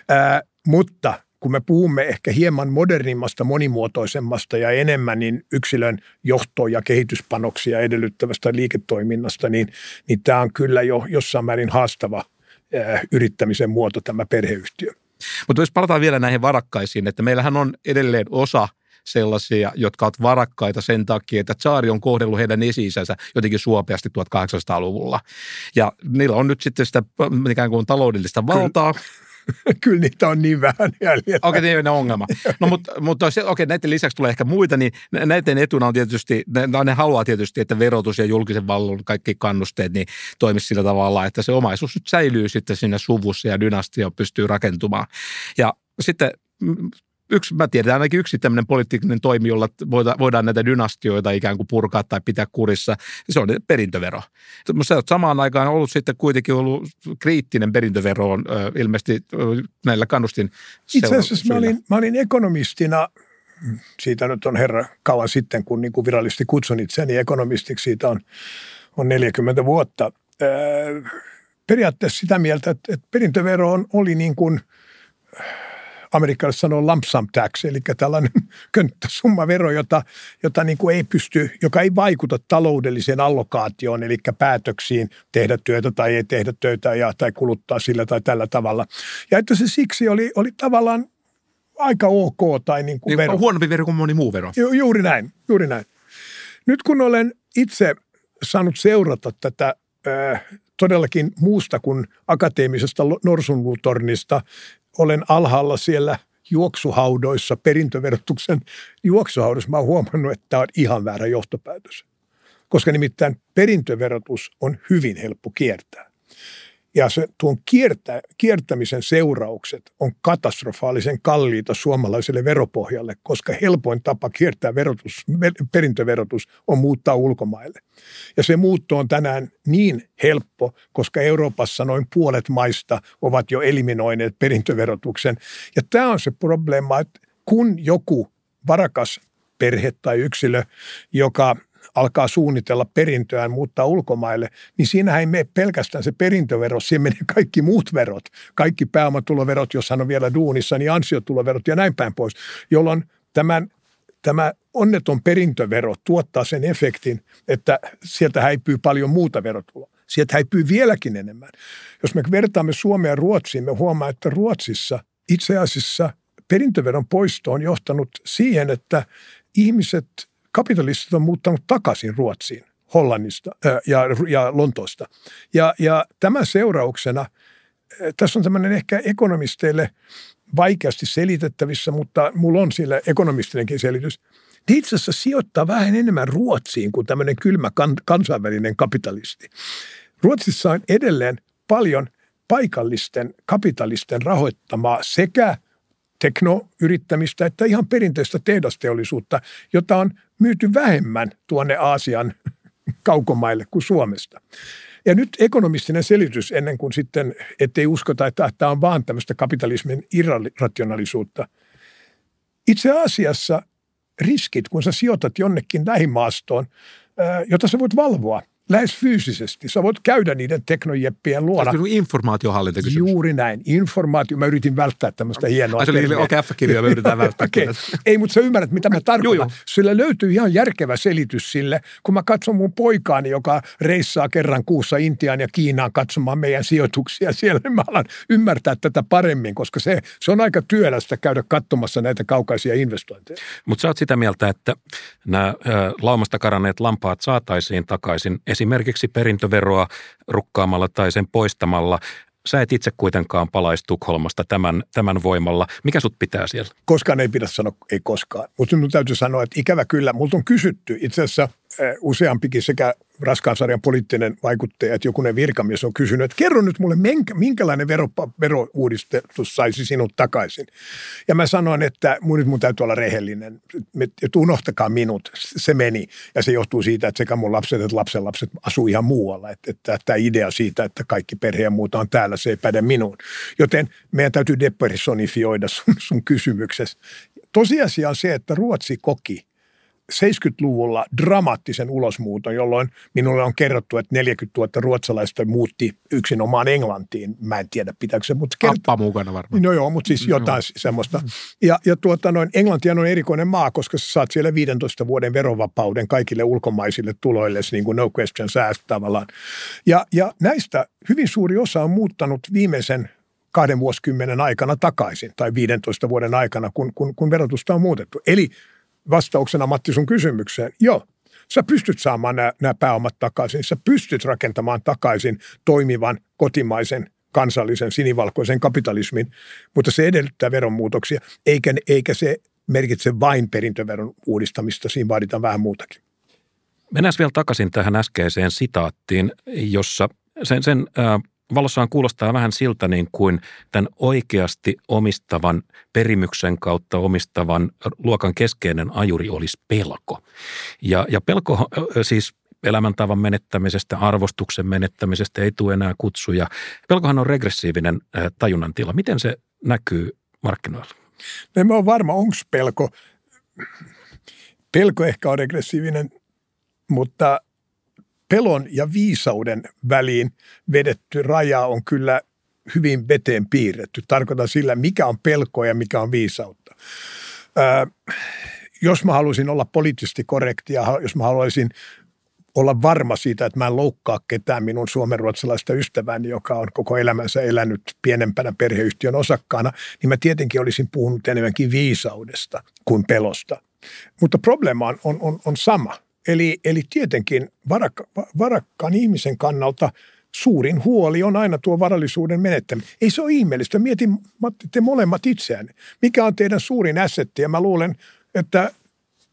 Mutta kun me puhumme ehkä hieman modernimmasta, monimuotoisemmasta ja enemmän niin yksilön johto- ja kehityspanoksia edellyttävästä liiketoiminnasta, niin tämä on kyllä jo jossain määrin haastava yrittämisen muoto tämä perheyhtiö. Mutta jos palataan vielä näihin varakkaisiin, että meillähän on edelleen osa sellaisia, jotka ovat varakkaita sen takia, että tsaari on kohdellut heidän esi-isänsä jotenkin suopeasti 1800-luvulla. Ja niillä on nyt sitten sitä ikään kuin taloudellista valtaa. Kyllä niitä on niin vähän jäljellä. Okei, niin on ongelma. No, mutta näiden lisäksi tulee ehkä muita, niin näiden etuna on tietysti, ne haluaa tietysti, että verotus ja julkisen vallan kaikki kannusteet niin toimisi sillä tavalla, että se omaisuus nyt säilyy sitten siinä suvussa ja dynastia pystyy rakentumaan. Ja sitten mä tiedän ainakin yksi tämmöinen poliittinen toimi, jolla voidaan näitä dynastioita ikään kuin purkaa tai pitää kurissa. Se on perintövero. Se on samaan aikaan ollut sitten kuitenkin ollut kriittinen perintöveroon ilmeisesti näillä kannustin. Itse asiassa mä olin ekonomistina, siitä nyt on herra kauan sitten, kun niin kuin virallisesti kutsun itseäni ekonomistiksi, siitä on 40 vuotta. Periaatteessa sitä mieltä, että perintövero oli niin kuin amerikkalaiset sanoo lump sum tax, eli tällainen könttäsummavero, jota niin kuin ei pysty, joka ei vaikuta taloudelliseen allokaatioon, eli päätöksiin tehdä työtä tai ei tehdä töitä tai kuluttaa sillä tai tällä tavalla. Ja että se siksi oli tavallaan aika ok tai niin kuin vero. Huonompi vero kuin moni muu vero. Juuri näin. Nyt kun olen itse saanut seurata tätä todellakin muusta kuin akateemisesta norsunluutornista, olen alhaalla siellä juoksuhaudoissa, perintöverotuksen juoksuhaudoissa. Mä oon huomannut, että tämä on ihan väärä johtopäätös, koska nimittäin perintöverotus on hyvin helppo kiertää. Ja tuon kiertämisen seuraukset on katastrofaalisen kalliita suomalaiselle veropohjalle, koska helpoin tapa kiertää perintöverotus on muuttaa ulkomaille. Ja se muutto on tänään niin helppo, koska Euroopassa noin puolet maista ovat jo eliminoineet perintöverotuksen. Ja tämä on se probleema, että kun joku varakas perhe tai yksilö, joka alkaa suunnitella perintöään muuttaa ulkomaille, niin siinähän ei mene pelkästään se perintövero, siinä menee kaikki muut verot, kaikki pääomatuloverot, jos hän on vielä duunissa, niin ansiotuloverot ja näin päin pois, jolloin tämä onneton perintövero tuottaa sen efektin, että sieltä häipyy paljon muuta verotuloa. Sieltä häipyy vieläkin enemmän. Jos me vertaamme Suomea ja Ruotsiin, me huomaamme, että Ruotsissa itse asiassa perintöveron poisto on johtanut siihen, että kapitalistit on muuttanut takaisin Ruotsiin, Hollannista ja Lontoosta. Ja tämän seurauksena, tässä on tämmöinen ehkä ekonomisteille vaikeasti selitettävissä, mutta mulla on sillä ekonomistinenkin selitys. Ne itse asiassa sijoittaa vähän enemmän Ruotsiin kuin tämmöinen kylmä kansainvälinen kapitalisti. Ruotsissa on edelleen paljon paikallisten kapitalisten rahoittamaa sekä teknoyrittämistä että ihan perinteistä tehdasteollisuutta, jota on myyty vähemmän tuonne Aasian kaukomaille kuin Suomesta. Ja nyt ekonomistinen selitys ennen kuin sitten, ettei uskota, että tämä on vaan tämmöistä kapitalismin irrationaalisuutta. Itse asiassa riskit, kun sä sijoitat jonnekin lähimaastoon, jota sä voit valvoa lähes fyysisesti. Sä voit käydä niiden teknojeppien luona. Se on informaatiohallintakysymys. Juuri näin. Informaatio. Mä yritin välttää tämmöistä hienoa termiä. F-kirjoja me yritetään välttää. Okay. Ei, mutta sä ymmärrät, mitä mä tarkoitan. Sillä löytyy ihan järkevä selitys sille, kun mä katson mun poikaani, joka reissaa kerran kuussa Intiaan ja Kiinaan katsomaan meidän sijoituksia siellä, niin mä alan ymmärtää tätä paremmin, koska se on aika työlästä käydä katsomassa näitä kaukaisia investointeja. Mutta sä oot sitä mieltä, että nämä laumasta karanneet lampaat saataisiin takaisin esimerkiksi perintöveroa rukkaamalla tai sen poistamalla. Sä et itse kuitenkaan palaisi Tukholmasta tämän voimalla. Mikä sut pitää siellä? Koskaan ei pidä sanoa, ei koskaan. Mutta minun täytyy sanoa, että ikävä kyllä. Multa on kysytty itse asiassa useampikin sekä raskaan sarjan poliittinen vaikuttaja, että jokunen virkamies on kysynyt, että kerro nyt mulle, minkälainen verouudistus saisi sinut takaisin. Ja mä sanoin, että mun täytyy olla rehellinen, että unohtakaa minut, se meni. Ja se johtuu siitä, että sekä mun lapset että lapsenlapset asuu ihan muualla. Että tämä idea siitä, että kaikki perhe ja muuta on täällä, se ei päde minuun. Joten meidän täytyy depersonifioida sun kysymyksessä. Tosiasia on se, että Ruotsi koki 70-luvulla dramaattisen ulosmuuton, jolloin minulle on kerrottu, että 40 000 ruotsalaista muutti yksinomaan Englantiin. Mä en tiedä, pitääkö se, mutta Appa mukana varmaan. No joo, mutta siis jotain semmoista. Ja Englanti on erikoinen maa, koska sä saat siellä 15 vuoden verovapauden kaikille ulkomaisille tuloille, niin kuin no questions asked tavallaan. Ja näistä hyvin suuri osa on muuttanut viimeisen 2 vuosikymmenen aikana takaisin, tai 15 vuoden aikana, kun verotusta on muutettu. Eli vastauksena Matti sun kysymykseen, joo, sä pystyt saamaan nämä pääomat takaisin, sä pystyt rakentamaan takaisin toimivan kotimaisen kansallisen sinivalkoisen kapitalismin, mutta se edellyttää veronmuutoksia, eikä se merkitse vain perintöveron uudistamista, siinä vaaditaan vähän muutakin. Mennään vielä takaisin tähän äskeiseen sitaattiin, jossa sen valossaan kuulostaa vähän siltä niin kuin tämän oikeasti omistavan perimyksen kautta omistavan luokan keskeinen ajuri olisi pelko. Ja pelko siis elämäntavan menettämisestä, arvostuksen menettämisestä ei tule enää kutsuja. Pelkohan on regressiivinen tajunnan tila. Miten se näkyy markkinoilla? En mä ole varma, onko pelko. Pelko ehkä on regressiivinen, mutta pelon ja viisauden väliin vedetty raja on kyllä hyvin veteen piirretty. Tarkoitan sillä, mikä on pelkoa ja mikä on viisautta. Jos mä haluaisin olla poliittisesti korrektia, jos mä haluaisin olla varma siitä, että mä en loukkaa ketään minun suomenruotsalaista ystävääni, joka on koko elämänsä elänyt pienempänä perheyhtiön osakkaana, niin mä tietenkin olisin puhunut enemmänkin viisaudesta kuin pelosta. Mutta probleema on sama. Eli tietenkin varakkaan ihmisen kannalta suurin huoli on aina tuo varallisuuden menettäminen. Ei se ole ihmeellistä. Mietin, Matti, te molemmat itseään. Mikä on teidän suurin assetti? Ja mä luulen, että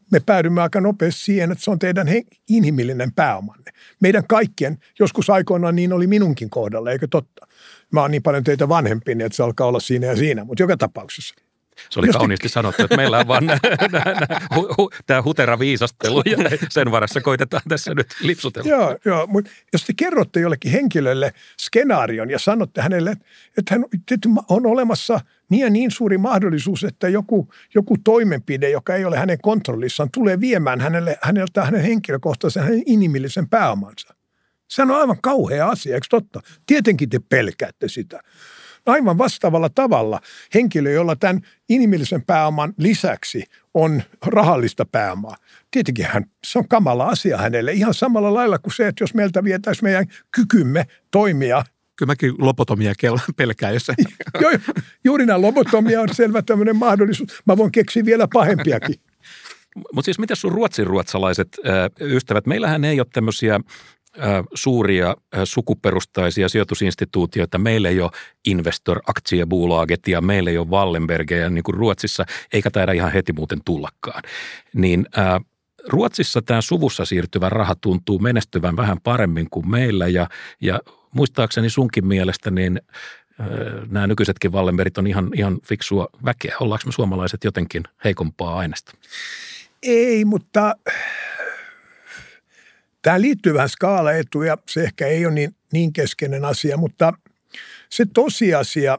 me päädymme aika nopeasti siihen, että se on teidän inhimillinen pääomanne. Meidän kaikkien, joskus aikoinaan niin oli minunkin kohdalla, eikö totta? Mä oon niin paljon teitä vanhempi, että se alkaa olla siinä ja siinä, mutta joka tapauksessa. Se oli kauniisti sanottu, että meillä on vaan tämä hutera viisastelu ja sen varassa koitetaan tässä nyt lipsutella. Joo, mutta jos te kerrotte jollekin henkilölle skenaarion ja sanotte hänelle, että on olemassa niin ja niin suuri mahdollisuus, että joku toimenpide, joka ei ole hänen kontrollissaan, tulee viemään häneltä hänen henkilökohtaisen, hänen inhimillisen pääomansa. Se on aivan kauhea asia, eikö totta? Tietenkin te pelkäätte sitä. Aivan vastaavalla tavalla henkilö, jolla tämän inhimillisen pääoman lisäksi on rahallista pääomaa. Tietenkin se on kamala asia hänelle ihan samalla lailla kuin se, että jos meiltä vietäisiin meidän kykymme toimia. Kyllä mäkin lobotomia pelkään jossain. Joo, juuri nämä lobotomia on selvä tämmöinen mahdollisuus. Mä voin keksiä vielä pahempiakin. Mutta siis miten sun ruotsalaiset ystävät? Meillähän ei ole tämmöisiä suuria sukuperustaisia sijoitusinstituutioita. Meillä ei ole Investor Aktiebolaget ja meillä ei ole Wallenbergeja niin kuin Ruotsissa, eikä taida ihan heti muuten tullakaan. Niin Ruotsissa tämä suvussa siirtyvä raha tuntuu menestyvän vähän paremmin kuin meillä ja muistaakseni sunkin mielestä niin nämä nykyisetkin Wallenbergit on ihan fiksua väkeä. Ollaanko me suomalaiset jotenkin heikompaa aineesta? Ei, mutta tämä liittyy vähän skaalaetuun ja se ehkä ei ole niin keskeinen asia, mutta se tosiasia,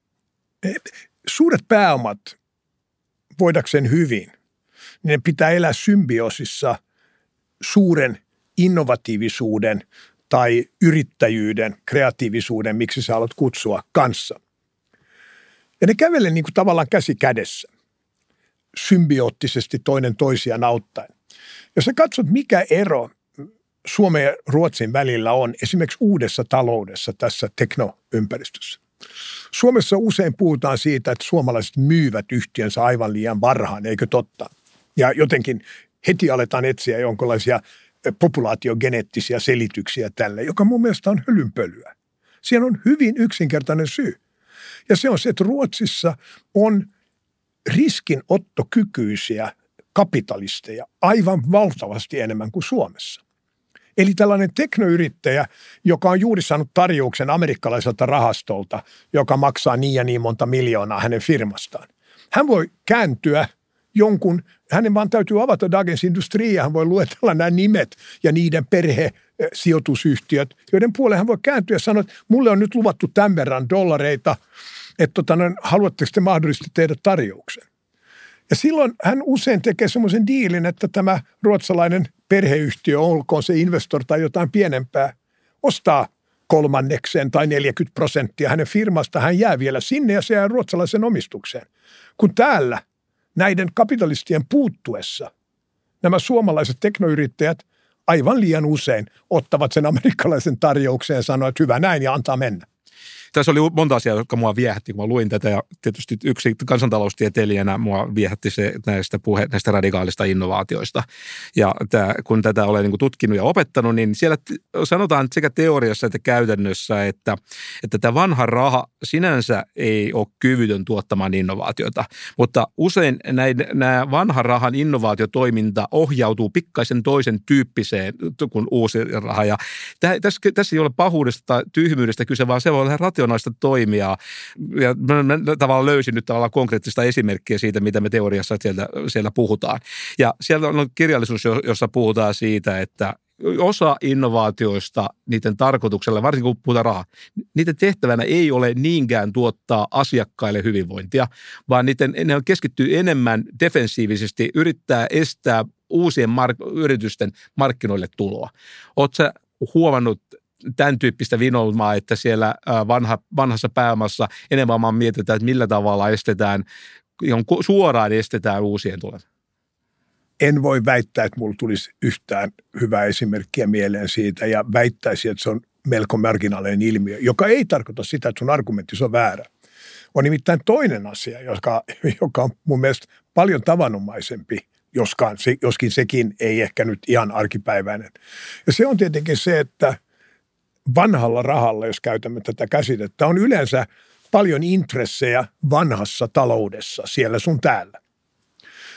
suuret pääomat voidakseen hyvin, niin ne pitää elää symbioosissa suuren innovatiivisuuden tai yrittäjyyden, kreatiivisuuden, miksi sä haluat kutsua, kanssa. Ja ne kävelee niin kuin tavallaan käsi kädessä, symbioottisesti toinen toisiaan auttaen. Jos sä katsot, mikä ero Suomen ja Ruotsin välillä on esimerkiksi uudessa taloudessa tässä teknoympäristössä. Suomessa usein puhutaan siitä, että suomalaiset myyvät yhtiönsä aivan liian varhaan, eikö totta? Ja jotenkin heti aletaan etsiä jonkinlaisia populaatiogeneettisiä selityksiä tälle, joka mun mielestä on hölynpölyä. Siinä on hyvin yksinkertainen syy. Ja se on se, että Ruotsissa on riskinottokykyisiä kapitalisteja aivan valtavasti enemmän kuin Suomessa. Eli tällainen teknoyrittäjä, joka on juuri saanut tarjouksen amerikkalaiselta rahastolta, joka maksaa niin ja niin monta miljoonaa hänen firmastaan. Hän voi kääntyä hänen vaan täytyy avata Dagens Industri ja hän voi luetella nämä nimet ja niiden perhesijoitusyhtiöt, joiden puoleen hän voi kääntyä ja sanoa, että mulle on nyt luvattu tämän verran dollareita, että haluatteko te mahdollisesti tehdä tarjouksen. Ja silloin hän usein tekee semmoisen diilin, että tämä ruotsalainen perheyhtiö, olkoon se Investor tai jotain pienempää, ostaa 1/3 tai 40% hänen firmasta. Hän jää vielä sinne ja se jää ruotsalaisen omistukseen. Kun täällä näiden kapitalistien puuttuessa nämä suomalaiset teknoyrittäjät aivan liian usein ottavat sen amerikkalaisen tarjouksen ja sanoo, että hyvä näin ja antaa mennä. Tässä oli monta asiaa, jotka mua viehätti, kun mä luin tätä, ja tietysti yksi kansantaloustieteilijänä mua viehätti se näistä radikaalista innovaatioista. Ja kun tätä olen niin tutkinut ja opettanut, niin siellä sanotaan sekä teoriassa että käytännössä, että tämä vanha raha sinänsä ei ole kyvytön tuottamaan innovaatiota, mutta usein nämä vanhan rahan innovaatiotoiminta ohjautuu pikkaisen toisen tyyppiseen kuin uusi raha. Ja tässä ei ole pahuudesta tai tyhmyydestä kyse, vaan se voi olla rationaalista toimia. Ja mä tavallaan löysin nyt tavallaan konkreettista esimerkkiä siitä, mitä me teoriassa siellä puhutaan. Ja siellä on kirjallisuus, jossa puhutaan siitä, että osa innovaatioista, niiden tarkoituksella, varsinkin kun puhutaan rahaa, niiden tehtävänä ei ole niinkään tuottaa asiakkaille hyvinvointia, vaan ne keskittyy enemmän defensiivisesti, yrittää estää uusien yritysten markkinoille tuloa. Oletko sä huomannut tämän tyyppistä vinoumaa, että siellä vanhassa pääomassa enemmän vaan mietitään, että millä tavalla suoraan estetään uusien tulemista? En voi väittää, että mulla tulisi yhtään hyvää esimerkkiä mieleen siitä ja väittäisi, että se on melko marginaalinen ilmiö, joka ei tarkoita sitä, että sun argumentti on väärä. On nimittäin toinen asia, joka on mun mielestä paljon tavanomaisempi, joskin sekin ei ehkä nyt ihan arkipäiväinen. Ja se on tietenkin se, että vanhalla rahalla, jos käytämme tätä käsitettä, on yleensä paljon intressejä vanhassa taloudessa, siellä sun täällä.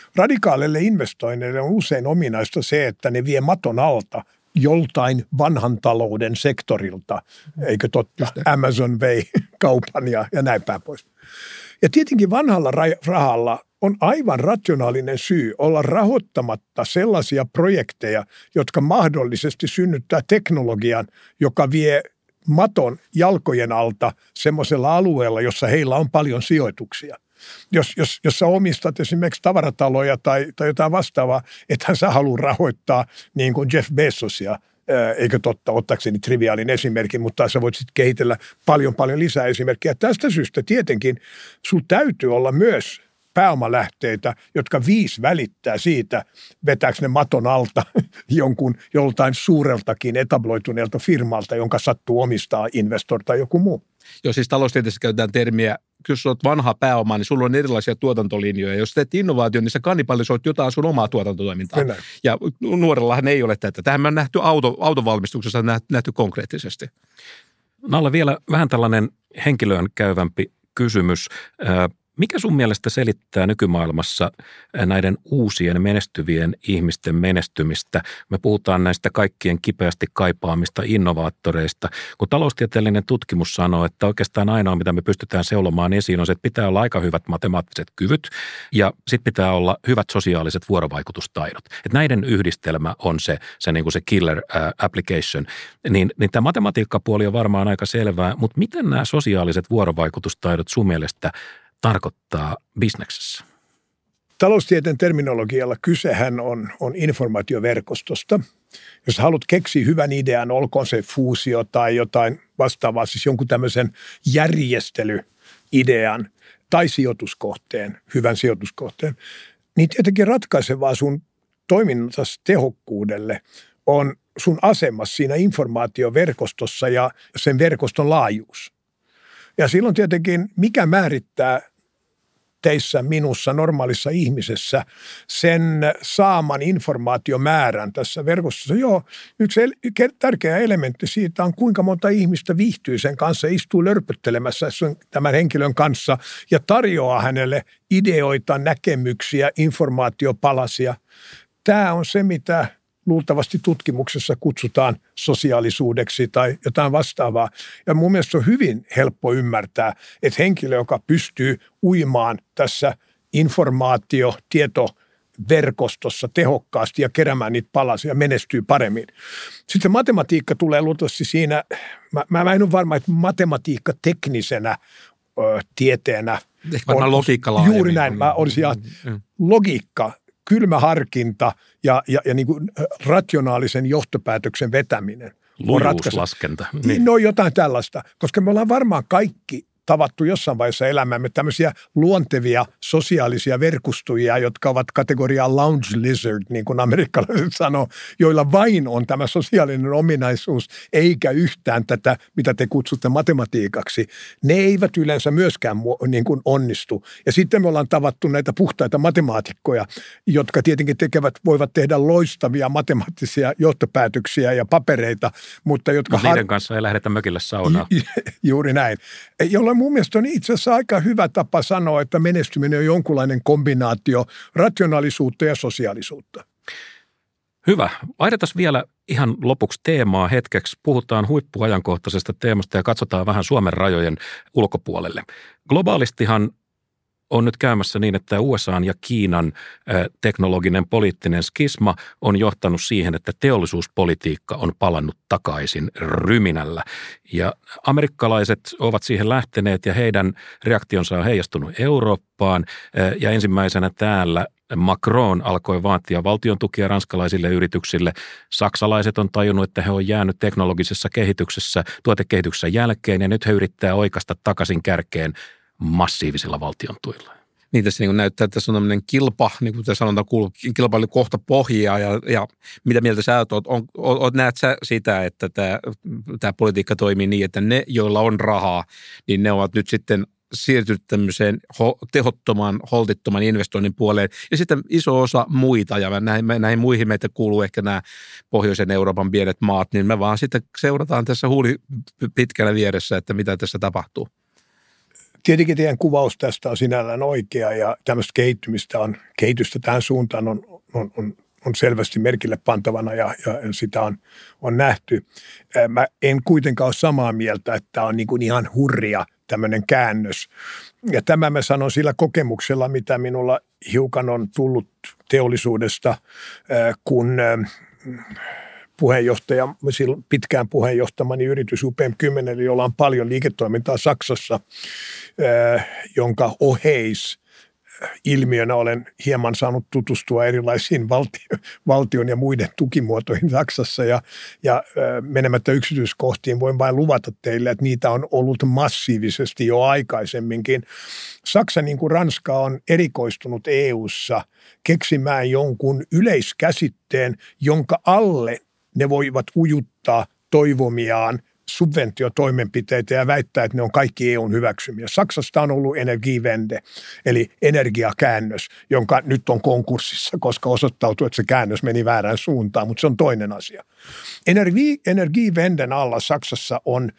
radikaaleille investoinneille on usein ominaista se, että ne vie maton alta joltain vanhan talouden sektorilta, eikö totta? Amazon vei kaupan ja näin päin pois. Ja tietenkin vanhalla rahalla on aivan rationaalinen syy olla rahoittamatta sellaisia projekteja, jotka mahdollisesti synnyttää teknologian, joka vie maton jalkojen alta semmoisella alueella, jossa heillä on paljon sijoituksia. Jos sä omistat esimerkiksi tavarataloja tai jotain vastaavaa, ethän sä halua rahoittaa niin kuin Jeff Bezosia, eikö totta, ottaakseni triviaalin esimerkin, mutta sä voit sitten kehitellä paljon lisää esimerkkejä. Tästä syystä tietenkin sulla täytyy olla myös pääomalähteitä, jotka välittää siitä, vetääkö ne maton alta joltain suureltakin etabloituneelta firmalta, jonka sattuu omistaa investor tai joku muu. Joo, siis taloustieteessä käytetään termiä, jos olet vanha pääoma, niin sulla on erilaisia tuotantolinjoja. Jos teet innovaation, niin sä kannibalisoit jotain sun omaa tuotantotoimintaa. Kyllä. Ja nuorellahan ei ole tätä. Tähän me on nähty autovalmistuksessa nähty konkreettisesti. Nalle, vielä vähän tällainen henkilöön käyvämpi kysymys. Mikä sun mielestä selittää nykymaailmassa näiden uusien menestyvien ihmisten menestymistä? Me puhutaan näistä kaikkien kipeästi kaipaamista innovaattoreista. Kun taloustieteellinen tutkimus sanoo, että oikeastaan ainoa, mitä me pystytään seulomaan esiin, on se, että pitää olla aika hyvät matemaattiset kyvyt ja sitten pitää olla hyvät sosiaaliset vuorovaikutustaidot. Että näiden yhdistelmä on se niin kuin se killer application. Niin tämä matematiikkapuoli on varmaan aika selvää, mutta miten nämä sosiaaliset vuorovaikutustaidot sun mielestä tarkoittaa bisneksessä? Taloustieteen terminologialla kysehän on informaatioverkostosta. Jos haluat keksiä hyvän idean, olkoon se fuusio tai jotain vastaavaa, siis jonkun tämmöisen järjestelyidean tai sijoituskohteen, hyvän sijoituskohteen, niin tietenkin ratkaisevaa sun toiminnassa tehokkuudelle on sun asemas siinä informaatioverkostossa ja sen verkoston laajuus. Ja silloin tietenkin, mikä määrittää teissä, minussa, normaalissa ihmisessä sen saaman informaatiomäärän tässä verkostossa? Joo, yksi tärkeä elementti siitä on, kuinka monta ihmistä viihtyy sen kanssa, istuu lörpöttelemässä tämän henkilön kanssa ja tarjoaa hänelle ideoita, näkemyksiä, informaatiopalasia. Tämä on se, mitä luultavasti tutkimuksessa kutsutaan sosiaalisuudeksi tai jotain vastaavaa. Ja mun mielestä on hyvin helppo ymmärtää, että henkilö, joka pystyy uimaan tässä tietoverkostossa tehokkaasti ja keräämään niitä palasia, menestyy paremmin. Sitten matematiikka tulee luultavasti siinä, mä en ole varma, että matematiikka teknisenä tieteenä on logiikka laajemmin. Juuri näin, mä olisin logiikka, kylmä harkinta ja niin kuin rationaalisen johtopäätöksen vetäminen. Lujuuslaskenta. Niin. No jotain tällaista, koska me ollaan varmaan kaikki tavattu jossain vaiheessa elämäämme tämmöisiä luontevia sosiaalisia verkostujia, jotka ovat kategoriaa lounge lizard, niin kuin amerikkalaiset sanoo, joilla vain on tämä sosiaalinen ominaisuus, eikä yhtään tätä, mitä te kutsutte matematiikaksi. Ne eivät yleensä myöskään niin kuin onnistu. Ja sitten me ollaan tavattu näitä puhtaita matemaatikkoja, jotka tietenkin voivat tehdä loistavia matemaattisia johtopäätöksiä ja papereita, mutta jotka... niiden kanssa ei lähdetä mökille saunaan. Juuri näin. Jolloin mun mielestä on itse asiassa aika hyvä tapa sanoa, että menestyminen on jonkunlainen kombinaatio rationaalisuutta ja sosiaalisuutta. Hyvä. Vaihdetaan vielä ihan lopuksi teemaa hetkeksi. Puhutaan huippuajankohtaisesta teemasta ja katsotaan vähän Suomen rajojen ulkopuolelle. Globaalistihan on nyt käymässä niin, että USA:n ja Kiinan teknologinen poliittinen skisma on johtanut siihen, että teollisuuspolitiikka on palannut takaisin ryminällä. Ja amerikkalaiset ovat siihen lähteneet ja heidän reaktionsa on heijastunut Eurooppaan. Ja ensimmäisenä täällä Macron alkoi vaatia valtion tukia ranskalaisille yrityksille. Saksalaiset on tajunnut, että he on jäänyt teknologisessa kehityksessä, tuotekehityksessä jälkeen ja nyt he yrittää oikaista takaisin kärkeen massiivisilla valtion tuilla. Niin tässä niin näyttää, että tässä on tämmöinen kilpa, niin kuin te sanotaan, kilpailu kohta pohjaa ja mitä mieltä sä oot, näet sä sitä, että tämä politiikka toimii niin, että ne, joilla on rahaa, niin ne ovat nyt sitten siirtynyt tämmöiseen tehottoman, holtittoman investoinnin puoleen. Ja sitten iso osa muita, ja näihin muihin meitä kuuluu ehkä nämä pohjoisen Euroopan pienet maat, niin me vaan sitten seurataan tässä huuli pitkänä vieressä, että mitä tässä tapahtuu. Tietenkin teidän kuvaus tästä on sinällään oikea ja tämmöistä kehitystä tähän suuntaan on selvästi merkille pantavana ja sitä on nähty. Mä en kuitenkaan ole samaa mieltä, että tämä on niin kuin ihan hurja tämmöinen käännös. Ja tämä mä sanon sillä kokemuksella, mitä minulla hiukan on tullut teollisuudesta, kun puheenjohtaja, pitkään puheenjohtamani yritys UPM-10, jolla on paljon liiketoimintaa Saksassa, jonka ilmiönä olen hieman saanut tutustua erilaisiin valtion ja muiden tukimuotoihin Saksassa ja menemättä yksityiskohtiin voin vain luvata teille, että niitä on ollut massiivisesti jo aikaisemminkin. Saksa niin kuin Ranska on erikoistunut EU:ssa keksimään jonkun yleiskäsitteen, jonka alle ne voivat ujuttaa toivomiaan subventiotoimenpiteitä ja väittää, että ne on kaikki EUn hyväksymiä. Saksasta on ollut Energiewende, eli energiakäännös, jonka nyt on konkurssissa, koska osoittautui, että se käännös meni väärään suuntaan, mutta se on toinen Energiewenden alla Saksassa on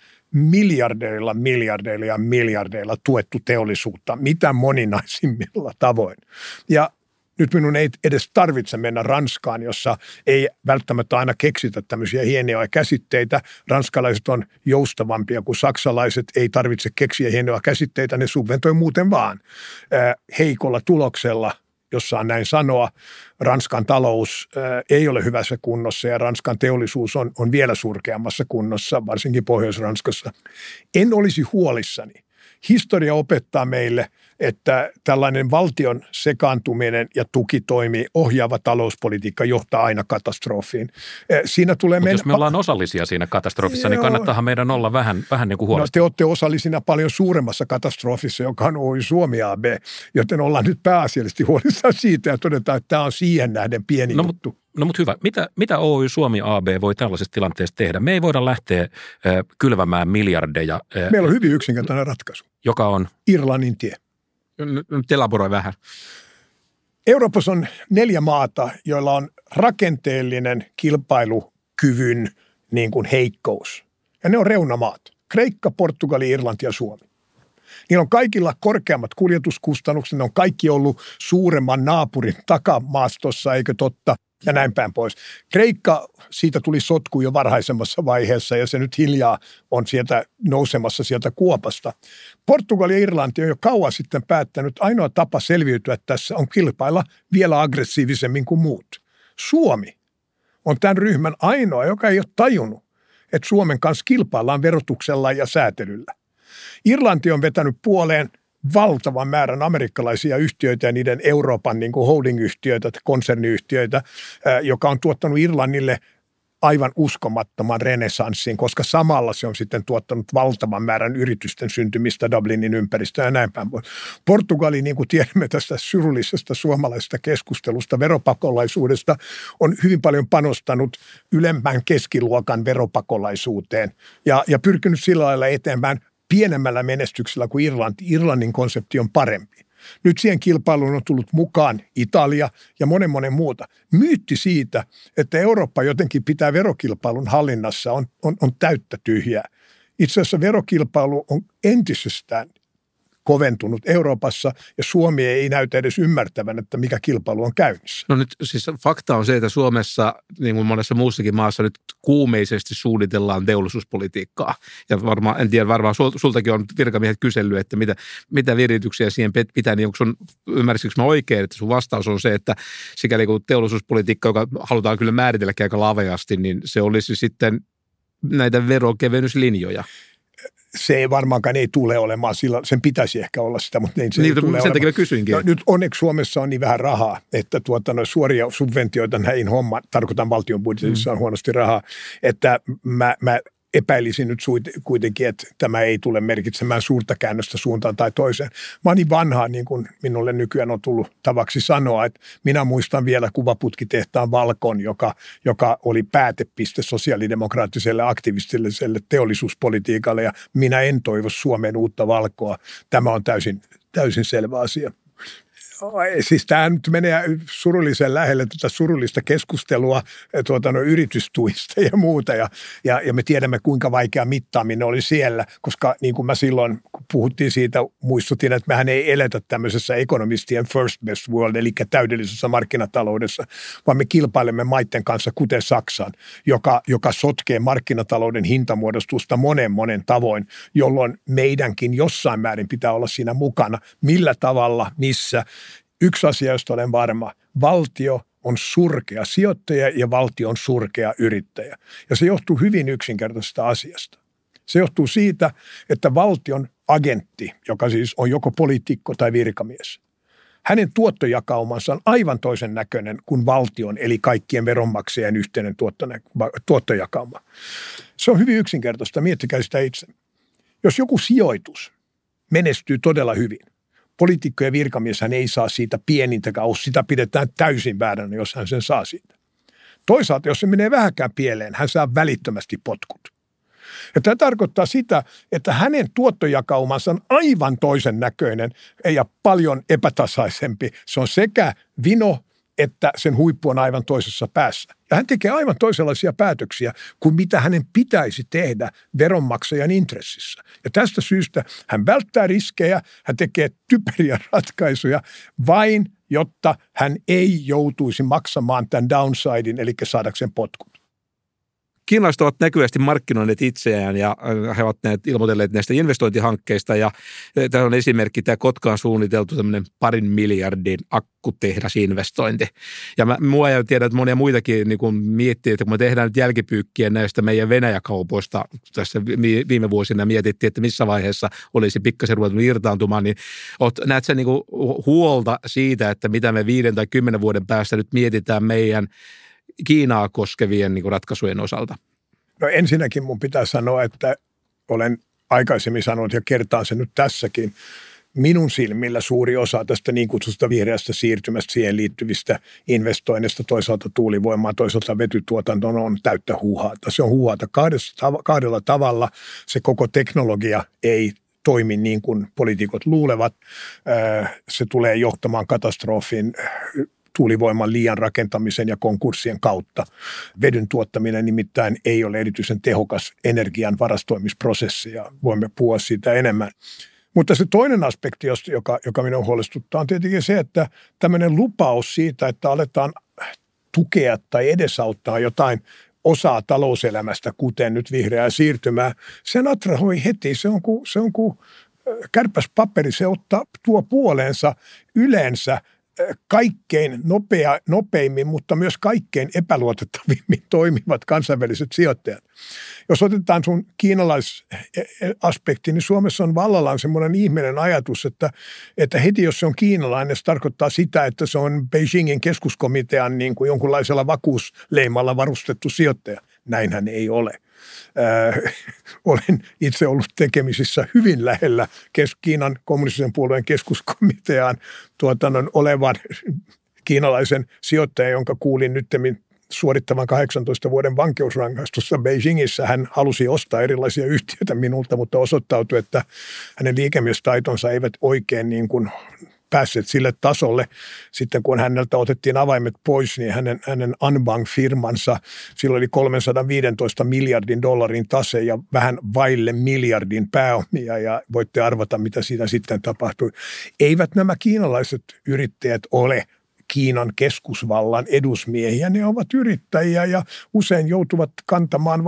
miljardeilla tuettu teollisuutta, mitä moninaisimmilla tavoin. Ja nyt minun ei edes tarvitse mennä Ranskaan, jossa ei välttämättä aina keksitä tämmöisiä hienoja käsitteitä. Ranskalaiset on joustavampia kuin saksalaiset, ei tarvitse keksiä hienoja käsitteitä, ne subventoi muuten vaan. Heikolla tuloksella, jos saa näin sanoa, Ranskan talous ei ole hyvässä kunnossa ja Ranskan teollisuus on vielä surkeammassa kunnossa, varsinkin Pohjois-Ranskassa. En olisi huolissani. Historia opettaa meille, että tällainen valtion sekaantuminen ja tukitoimi, ohjaava talouspolitiikka johtaa aina katastrofiin. Siinä tulee jos me ollaan osallisia siinä katastrofissa, niin kannattaahan meidän olla vähän niin kuin huolestunut. No te olette osallisina paljon suuremmassa katastrofissa, joka on Oy Suomi AB, joten ollaan nyt pääasiallisesti huolissaan siitä ja todetaan, että tämä on siihen nähden pieni juttu. No mutta hyvä. Mitä Oy Suomi AB voi tällaisessa tilanteessa tehdä? Me ei voida lähteä kylvämään miljardeja. Meillä on hyvin yksinkertainen ratkaisu. Joka on? Irlannin tie. Nyt elaboroi vähän. Euroopassa on 4 maata, joilla on rakenteellinen kilpailukyvyn niin kuin heikkous. Ja ne on reunamaat. Kreikka, Portugali, Irlanti ja Suomi. Niillä on kaikilla korkeammat kuljetuskustannukset. Ne on kaikki ollut suuremman naapurin takamaastossa, eikö totta? Ja näin päin pois. Kreikka, siitä tuli sotku jo varhaisemmassa vaiheessa ja se nyt hiljaa on sieltä nousemassa sieltä kuopasta. Portugali ja Irlanti on jo kauan sitten päättänyt, ainoa tapa selviytyä tässä on kilpailla vielä aggressiivisemmin kuin muut. Suomi on tämän ryhmän ainoa, joka ei ole tajunnut, että Suomen kanssa kilpaillaan verotuksella ja säätelyllä. Irlanti on vetänyt puoleen valtavan määrän amerikkalaisia yhtiöitä ja niiden Euroopan niin kuin holding-yhtiöitä, konserniyhtiöitä, joka on tuottanut Irlannille aivan uskomattoman renessanssin, koska samalla se on sitten tuottanut valtavan määrän yritysten syntymistä Dublinin ympäristöön ja näin päin pois. Portugali, niin kuin tiedämme tästä surullisesta suomalaisesta keskustelusta veropakolaisuudesta, on hyvin paljon panostanut ylemmän keskiluokan veropakolaisuuteen ja pyrkinyt sillä lailla eteenpäin pienemmällä menestyksellä kuin Irlanti. Irlannin konsepti on parempi. Nyt siihen kilpailuun on tullut mukaan Italia ja monen muuta. Myytti siitä, että Eurooppa jotenkin pitää verokilpailun hallinnassa on täyttä tyhjää. Itse asiassa verokilpailu on entisestään koventunut Euroopassa ja Suomi ei näytä edes ymmärtävän, että mikä kilpailu on käynnissä. No nyt siis fakta on se, että Suomessa, niin kuin monessa muussakin maassa, nyt kuumeisesti suunnitellaan teollisuuspolitiikkaa. Ja varmaan sultakin on virkamiehet kysellyt, että mitä virityksiä siihen pitää, niin onko ymmärsikö mä oikein, että sun vastaus on se, että sikäli kun teollisuuspolitiikka, joka halutaan kyllä määritelläkin aika laveasti, niin se olisi sitten näitä verokevennyslinjoja. Se ei varmaankaan ei tule olemaan, sillä sen pitäisi ehkä olla sitä, mutta ei se niin, ei tule sen takia mä kysyinkin. No, nyt onneksi Suomessa on niin vähän rahaa, että suoria subventioita näihin hommaan, tarkoitan valtion budjetissa on huonosti rahaa, että mä epäilisin nyt kuitenkin, että tämä ei tule merkitsemään suurta käännöstä suuntaan tai toiseen. Mä oon niin vanhaa, niin kuin minulle nykyään on tullut tavaksi sanoa, että minä muistan vielä kuvaputkitehtaan Valkon, joka oli päätepiste sosiaalidemokraattiselle aktivistilliselle teollisuuspolitiikalle ja minä en toivo Suomeen uutta Valkoa. Tämä on täysin selvä asia. Siis tämä nyt menee surullisen lähelle tätä surullista keskustelua yritystuista ja muuta ja me tiedämme kuinka vaikea mittaaminen oli siellä, koska niin kuin mä silloin, kun puhuttiin siitä, muistutin, että mehän ei eletä tämmöisessä ekonomistien first best world, eli täydellisessä markkinataloudessa, vaan me kilpailemme maiden kanssa, kuten Saksan, joka sotkee markkinatalouden hintamuodostusta monen tavoin, jolloin meidänkin jossain määrin pitää olla siinä mukana. Millä tavalla, missä? Yksi asia, josta olen varma, valtio on surkea sijoittaja ja valtio on surkea yrittäjä. Ja se johtuu hyvin yksinkertaisesta asiasta. Se johtuu siitä, että valtion agentti, joka siis on joko poliitikko tai virkamies, hänen tuottojakaumansa on aivan toisen näköinen kuin valtion, eli kaikkien veronmaksajien yhteinen tuottojakauma. Se on hyvin yksinkertaista, miettikää sitä itse. Jos joku sijoitus menestyy todella hyvin, poliitikko ja virkamieshän ei saa siitä pienintäkään, sitä pidetään täysin vääränä, jos hän sen saa siitä. Toisaalta, jos se menee vähänkään pieleen, hän saa välittömästi potkut. Ja tämä tarkoittaa sitä, että hänen tuottojakaumansa on aivan toisen näköinen ja paljon epätasaisempi. Se on sekä vino että sen huippu on aivan toisessa päässä. Ja hän tekee aivan toisenlaisia päätöksiä kuin mitä hänen pitäisi tehdä veronmaksajan intressissä. Ja tästä syystä hän välttää riskejä, hän tekee typeriä ratkaisuja vain, jotta hän ei joutuisi maksamaan tämän downsidein, eli saadakseen potkut. Kiinalaiset ovat näkyvästi markkinoineet itseään ja he ovat ilmoitelleet näistä investointihankkeista ja tämä on esimerkki, tämä Kotkaan suunniteltu tämmöinen 2 miljardin akkutehdasinvestointi. Ja mua ja tiedän, että monia muitakin niin kun miettii, että kun me tehdään nyt jälkipyykkiä näistä meidän Venäjä-kaupoista tässä viime vuosina mietittiin, että missä vaiheessa olisi pikkasen ruvettu irtaantumaan, niin näet sä niin kuin huolta siitä, että mitä me 5 tai 10 vuoden päästä nyt mietitään meidän Kiinaa koskevien niin kuin ratkaisujen osalta? No ensinnäkin mun pitää sanoa, että olen aikaisemmin sanonut ja kertaan sen nyt tässäkin. Minun silmillä suuri osa tästä niin kutsusta vihreästä siirtymästä siihen liittyvistä investoinneista, toisaalta tuulivoimaa, toisaalta vetytuotantoon on täyttä huuhaata. Se on huuhaata kahdella tavalla. Se koko teknologia ei toimi niin kuin poliitikot luulevat. Se tulee johtamaan katastrofin tuulivoiman liian rakentamisen ja konkurssien kautta. Vedyn tuottaminen nimittäin ei ole erityisen tehokas energian varastoimisprosessi ja voimme puhua siitä enemmän. Mutta se toinen aspekti, joka minua huolestuttaa, on tietenkin se, että tämmöinen lupaus siitä, että aletaan tukea tai edesauttaa jotain osaa talouselämästä, kuten nyt vihreää siirtymää, sen atrahoi heti. Se on kuin kärpäspaperi, se tuo puoleensa yleensä kaikkein nopeimmin, mutta myös kaikkein epäluotettavimmin toimivat kansainväliset sijoittajat. Jos otetaan sun kiinalaisaspekti, niin Suomessa on vallallaan semmoinen ihmeellinen ajatus, että heti jos se on kiinalainen, se tarkoittaa sitä, että se on Beijingin keskuskomitean niin kuin jonkunlaisella vakuusleimalla varustettu sijoittaja. Näinhän ei ole. Olen itse ollut tekemisissä hyvin lähellä Kiinan kommunistisen puolueen keskuskomiteaan olevan kiinalaisen sijoittajan, jonka kuulin nyttemmin suorittavan 18 vuoden vankeusrangaistusta Beijingissä. Hän halusi ostaa erilaisia yhtiöitä minulta, mutta osoittautui, että hänen liikemiestaitonsa eivät oikein niin kuin päässeet sille tasolle. Sitten kun häneltä otettiin avaimet pois, niin hänen Anbang-firmansa, sillä oli 315 miljardin dollarin tase ja vähän vaille miljardin pääomia, ja voitte arvata, mitä siinä sitten tapahtui. Eivät nämä kiinalaiset yrittäjät ole Kiinan keskusvallan edusmiehiä, ne ovat yrittäjiä ja usein joutuvat kantamaan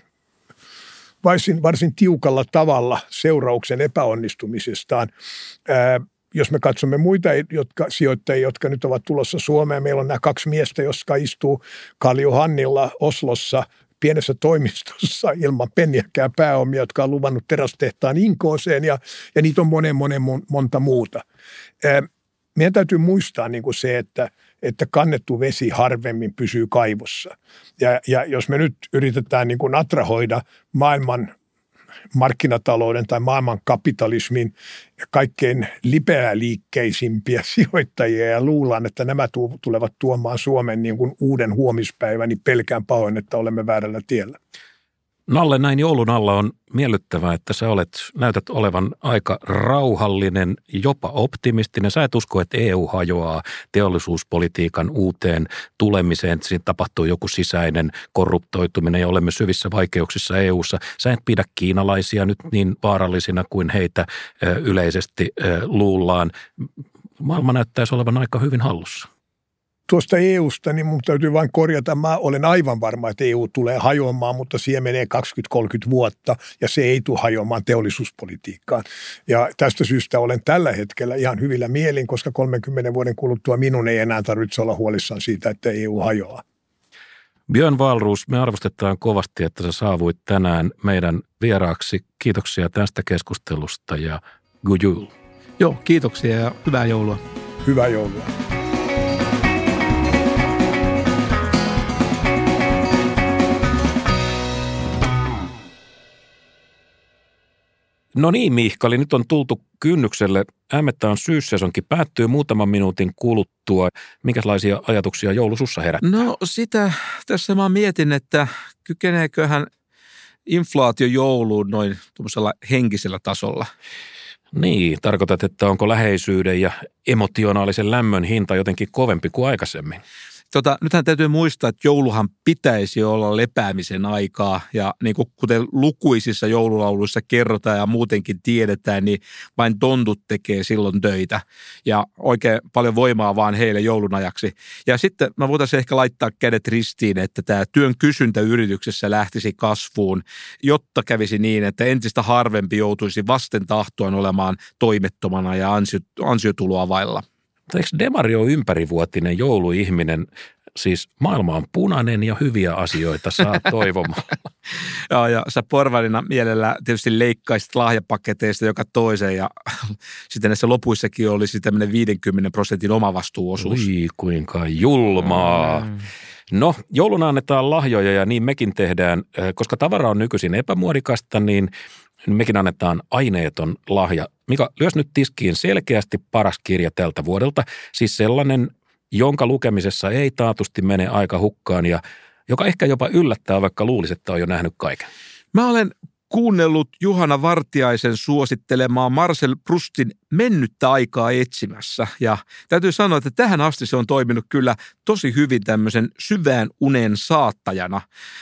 varsin tiukalla tavalla seurauksen epäonnistumisestaan. Jos me katsomme muita sijoittajia, jotka nyt ovat tulossa Suomeen, meillä on nämä 2 miestä, jotka istuu Karl Johannilla Oslossa pienessä toimistossa ilman penniäkään pääomia, jotka on luvannut terästehtaan Inkooseen ja niitä on monta muuta. Meidän täytyy muistaa niin kuin se, että kannettu vesi harvemmin pysyy kaivossa. Ja jos me nyt yritetään niin kuin atrahoida maailman markkinatalouden tai maailman kapitalismin kaikkein lipeäliikkeisimpiä sijoittajia ja luullaan, että nämä tulevat tuomaan Suomen niin kuin uuden huomispäivän, niin pelkään pahoin, että olemme väärällä tiellä. Nalle, näin joulun alla on miellyttävää, että sä näytät olevan aika rauhallinen, jopa optimistinen. Sä et usko, että EU hajoaa teollisuuspolitiikan uuteen tulemiseen, että siinä tapahtuu joku sisäinen korruptoituminen ja olemme syvissä vaikeuksissa EU:ssa. Sä et pidä kiinalaisia nyt niin vaarallisina kuin heitä yleisesti luullaan. Maailma näyttäisi olevan aika hyvin hallussa. Tuosta EUsta, niin mun täytyy vain korjata. Mä olen aivan varma, että EU tulee hajoamaan, mutta siihen menee 20-30 vuotta ja se ei tule hajoamaan teollisuuspolitiikkaan. Ja tästä syystä olen tällä hetkellä ihan hyvillä mielin, koska 30 vuoden kuluttua minun ei enää tarvitse olla huolissaan siitä, että EU hajoaa. Björn Wahlroos, me arvostetaan kovasti, että sä saavuit tänään meidän vieraaksi. Kiitoksia tästä keskustelusta ja good jul. Joo, kiitoksia ja hyvää joulua. Hyvää joulua. No niin, Mihkali, nyt on tultu kynnykselle. Ämmettä on syyssesonkin päättyy muutaman minuutin kuluttua. Minkälaisia ajatuksia joulu sussa herättää? No sitä tässä mä mietin, että kykeneeköhän inflaatio jouluun noin tuollaisella henkisellä tasolla. Niin, tarkoitat, että onko läheisyyden ja emotionaalisen lämmön hinta jotenkin kovempi kuin aikaisemmin? Nythän täytyy muistaa, että jouluhan pitäisi olla lepäämisen aikaa ja niin kuin kuten lukuisissa joululauluissa kerrotaan ja muutenkin tiedetään, niin vain tontut tekee silloin töitä ja oikein paljon voimaa vaan heille joulun ajaksi. Ja sitten mä voitaisiin ehkä laittaa kädet ristiin, että tämä työn kysyntä yrityksessä lähtisi kasvuun, jotta kävisi niin, että entistä harvempi joutuisi vasten tahtoon olemaan toimettomana ja ansiotuloa vailla. Eikö Demari ole ympärivuotinen jouluihminen? Siis maailma on punainen ja hyviä asioita saa toivomalla. Ja sä porvarina mielellä tietysti leikkaisit lahjapaketeista joka toiseen ja sitten näissä lopuissakin olisi tämmöinen 50% omavastuuosuus. Ui, kuinka julmaa. No, jouluna annetaan lahjoja ja niin mekin tehdään, koska tavara on nykyisin epämuodikasta, niin mekin annetaan aineeton lahja. Mika, lyös nyt tiskiin selkeästi paras kirja tältä vuodelta, siis sellainen, jonka lukemisessa ei taatusti mene aika hukkaan ja joka ehkä jopa yllättää, vaikka luulisi, että on jo nähnyt kaiken. Mä olen kuunnellut Juhana Vartiaisen suosittelemaa Marcel Proustin Mennyttä aikaa etsimässä. Ja täytyy sanoa, että tähän asti se on toiminut kyllä tosi hyvin tämmöisen syvään unen saattajana.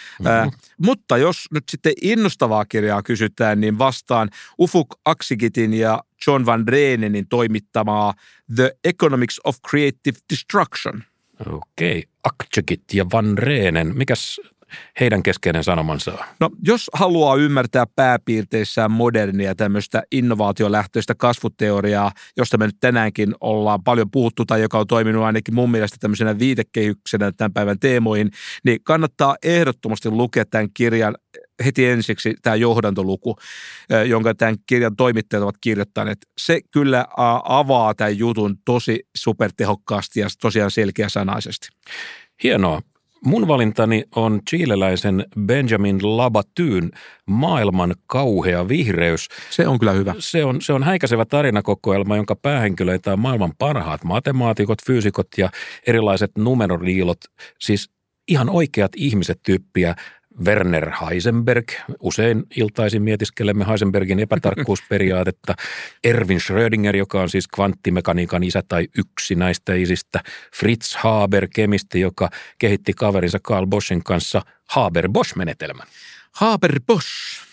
Mutta jos nyt sitten innostavaa kirjaa kysytään, niin vastaan Ufuk Akzigitin ja John Van Reenenin toimittamaa The Economics of Creative Destruction. Okei, Akzigit ja Van Reenen. Mikäs heidän keskeinen sanomansa on? No, jos haluaa ymmärtää pääpiirteissään modernia tämmöistä innovaatiolähtöistä kasvuteoriaa, josta me nyt tänäänkin ollaan paljon puhuttu tai joka on toiminut ainakin mun mielestä tämmöisenä viitekehyksenä tämän päivän teemoihin, niin kannattaa ehdottomasti lukea tämän kirjan heti ensiksi tämä johdantoluku, jonka tämän kirjan toimittajat ovat kirjoittaneet. Se kyllä avaa tämän jutun tosi supertehokkaasti ja tosiaan selkeäsanaisesti. Hienoa. Mun valintani on chileläisen Benjamin Labatyn Maailman kauhea vihreys. Se on kyllä hyvä. Se on häikäisevä tarinakokoelma, jonka päähenkilöitä on maailman parhaat matemaatikot, fyysikot ja erilaiset numeroliilot, siis ihan oikeat ihmiset tyyppiä. Werner Heisenberg, usein iltaisin mietiskelemme Heisenbergin epätarkkuusperiaatetta. Erwin Schrödinger, joka on siis kvanttimekaniikan isä tai yksi näistä isistä. Fritz Haber, kemisti, joka kehitti kaverinsa Carl Boschin kanssa Haber-Bosch-menetelmän. Haber-Bosch.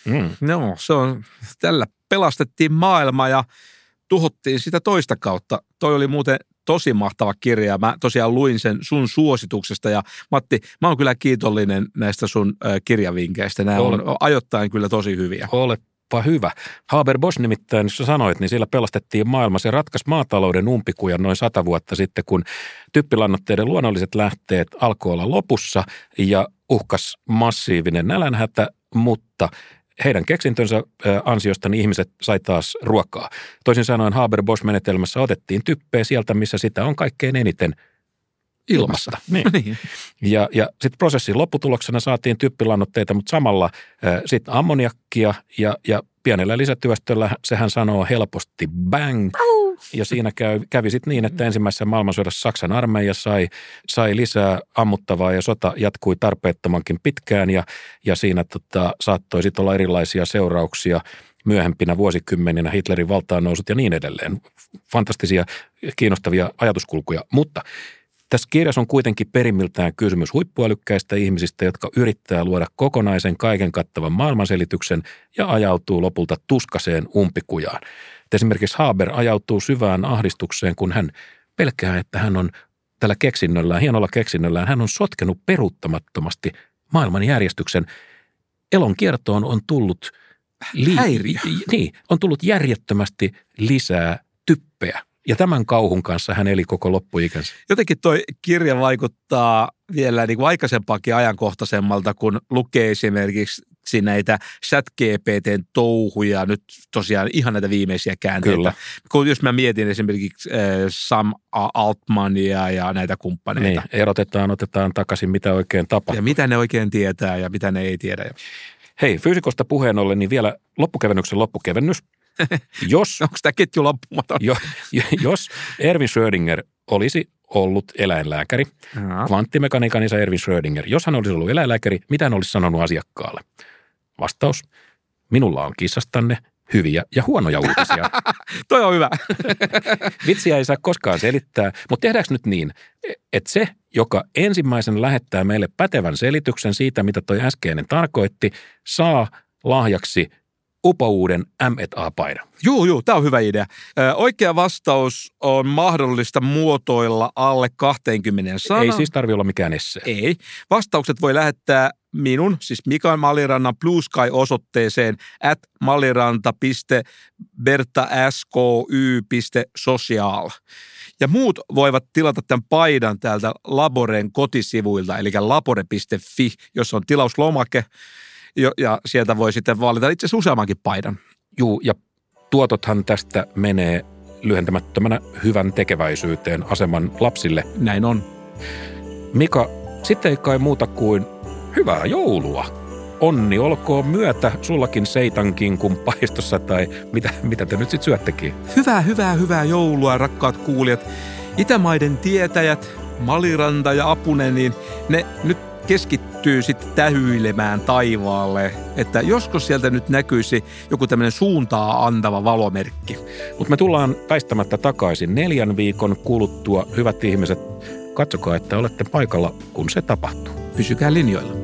No, se on, tällä pelastettiin maailma ja tuhottiin sitä toista kautta. Toi oli muuten tosi mahtava kirja. Mä tosiaan luin sen sun suosituksesta ja Matti, mä oon kyllä kiitollinen näistä sun kirjavinkkeistä. Nämä on ajoittain kyllä tosi hyviä. Olepa hyvä. Haber-Bosch nimittäin, jos sä sanoit, niin sillä pelastettiin maailma. Se ratkaisi maatalouden umpikujan noin 100 vuotta sitten, kun typpilannoitteiden luonnolliset lähteet alkoi olla lopussa ja uhkas massiivinen nälänhätä, mutta heidän keksintönsä ansiosta niin ihmiset sai taas ruokaa. Toisin sanoen Haber-Bosch-menetelmässä otettiin typpeä sieltä, missä sitä on kaikkein eniten ilmasta. Niin. Ja sitten prosessin lopputuloksena saatiin typpilannoitteita, mutta samalla sitten ammoniakkia ja pienellä lisätyöstöllä sehän sanoo helposti bang. Ja siinä kävi sitten niin, että ensimmäisessä maailmansodassa Saksan armeija sai lisää ammuttavaa ja sota jatkui tarpeettomankin pitkään ja siinä saattoi sitten olla erilaisia seurauksia myöhempinä vuosikymmeninä, Hitlerin valtaan nousut ja niin edelleen. Fantastisia, kiinnostavia ajatuskulkuja, mutta tässä kirjassa on kuitenkin perimmiltään kysymys huippuälykkäistä ihmisistä, jotka yrittää luoda kokonaisen kaiken kattavan maailmanselityksen ja ajautuu lopulta tuskaseen umpikujaan. Esimerkiksi Haber ajautuu syvään ahdistukseen, kun hän pelkää, että hän on tällä hienolla keksinnöllään, hän on sotkenut peruuttamattomasti maailmanjärjestyksen. Elonkiertoon on tullut häiriö. On tullut järjettömästi lisää typpeä. Ja tämän kauhun kanssa hän eli koko loppuikänsä. Jotenkin toi kirja vaikuttaa vielä niin kuin aikaisempaakin ajankohtaisemmalta, kun lukee esimerkiksi näitä ChatGPT:n touhuja, nyt tosiaan ihan näitä viimeisiä käänteitä. Kyllä. Kun jos mä mietin esimerkiksi Sam Altmania ja näitä kumppaneita. Niin, otetaan takaisin, mitä oikein tapahtuu. Ja mitä ne oikein tietää ja mitä ne ei tiedä. Hei, fyysikosta puheen ollen, niin vielä loppukevennyksen loppukevennys. Onko tämä ketju loppumaton? Jos Erwin Schrödinger olisi ollut eläinlääkäri, kvanttimekaniikan isä Erwin Schrödinger, jos hän olisi ollut eläinlääkäri, mitä hän olisi sanonut asiakkaalle? Vastaus, minulla on kissastanne hyviä ja huonoja uutisia. Toi on hyvä. Vitsiä ei saa koskaan selittää, mutta tehdäänkö nyt niin, että se, joka ensimmäisen lähettää meille pätevän selityksen siitä, mitä toi äskeinen tarkoitti, saa lahjaksi upouuden M&A-paidan. Joo, tämä on hyvä idea. Oikea vastaus on mahdollista muotoilla alle 20 sanaa. Ei siis tarvitse olla mikään esse. Ei. Vastaukset voi lähettää minun, siis Mikael Malirannan Blue Sky-osoitteeseen @maliranta.bertasky.social. Ja muut voivat tilata tämän paidan täältä Laboren kotisivuilta, eli labore.fi, jossa on tilauslomake. Ja sieltä voi sitten valita itse asiassa useammankin paidan. Juu, ja tuotothan tästä menee lyhentämättömänä hyvän tekeväisyyteen aseman lapsille. Näin on. Mika, sitten ei kai muuta kuin hyvää joulua. Onni olkoon myötä sullakin seitankin kuin paistossa tai mitä te nyt sitten syöttekin. Hyvää joulua, rakkaat kuulijat. Itämaiden tietäjät, Maliranta ja Apunen, niin ne nyt keskittyy sitten tähyilemään taivaalle, että joskus sieltä nyt näkyisi joku tämmöinen suuntaa antava valomerkki. Mutta me tullaan väistämättä takaisin 4 viikon kuluttua. Hyvät ihmiset, katsokaa, että olette paikalla, kun se tapahtuu. Pysykää linjoilla.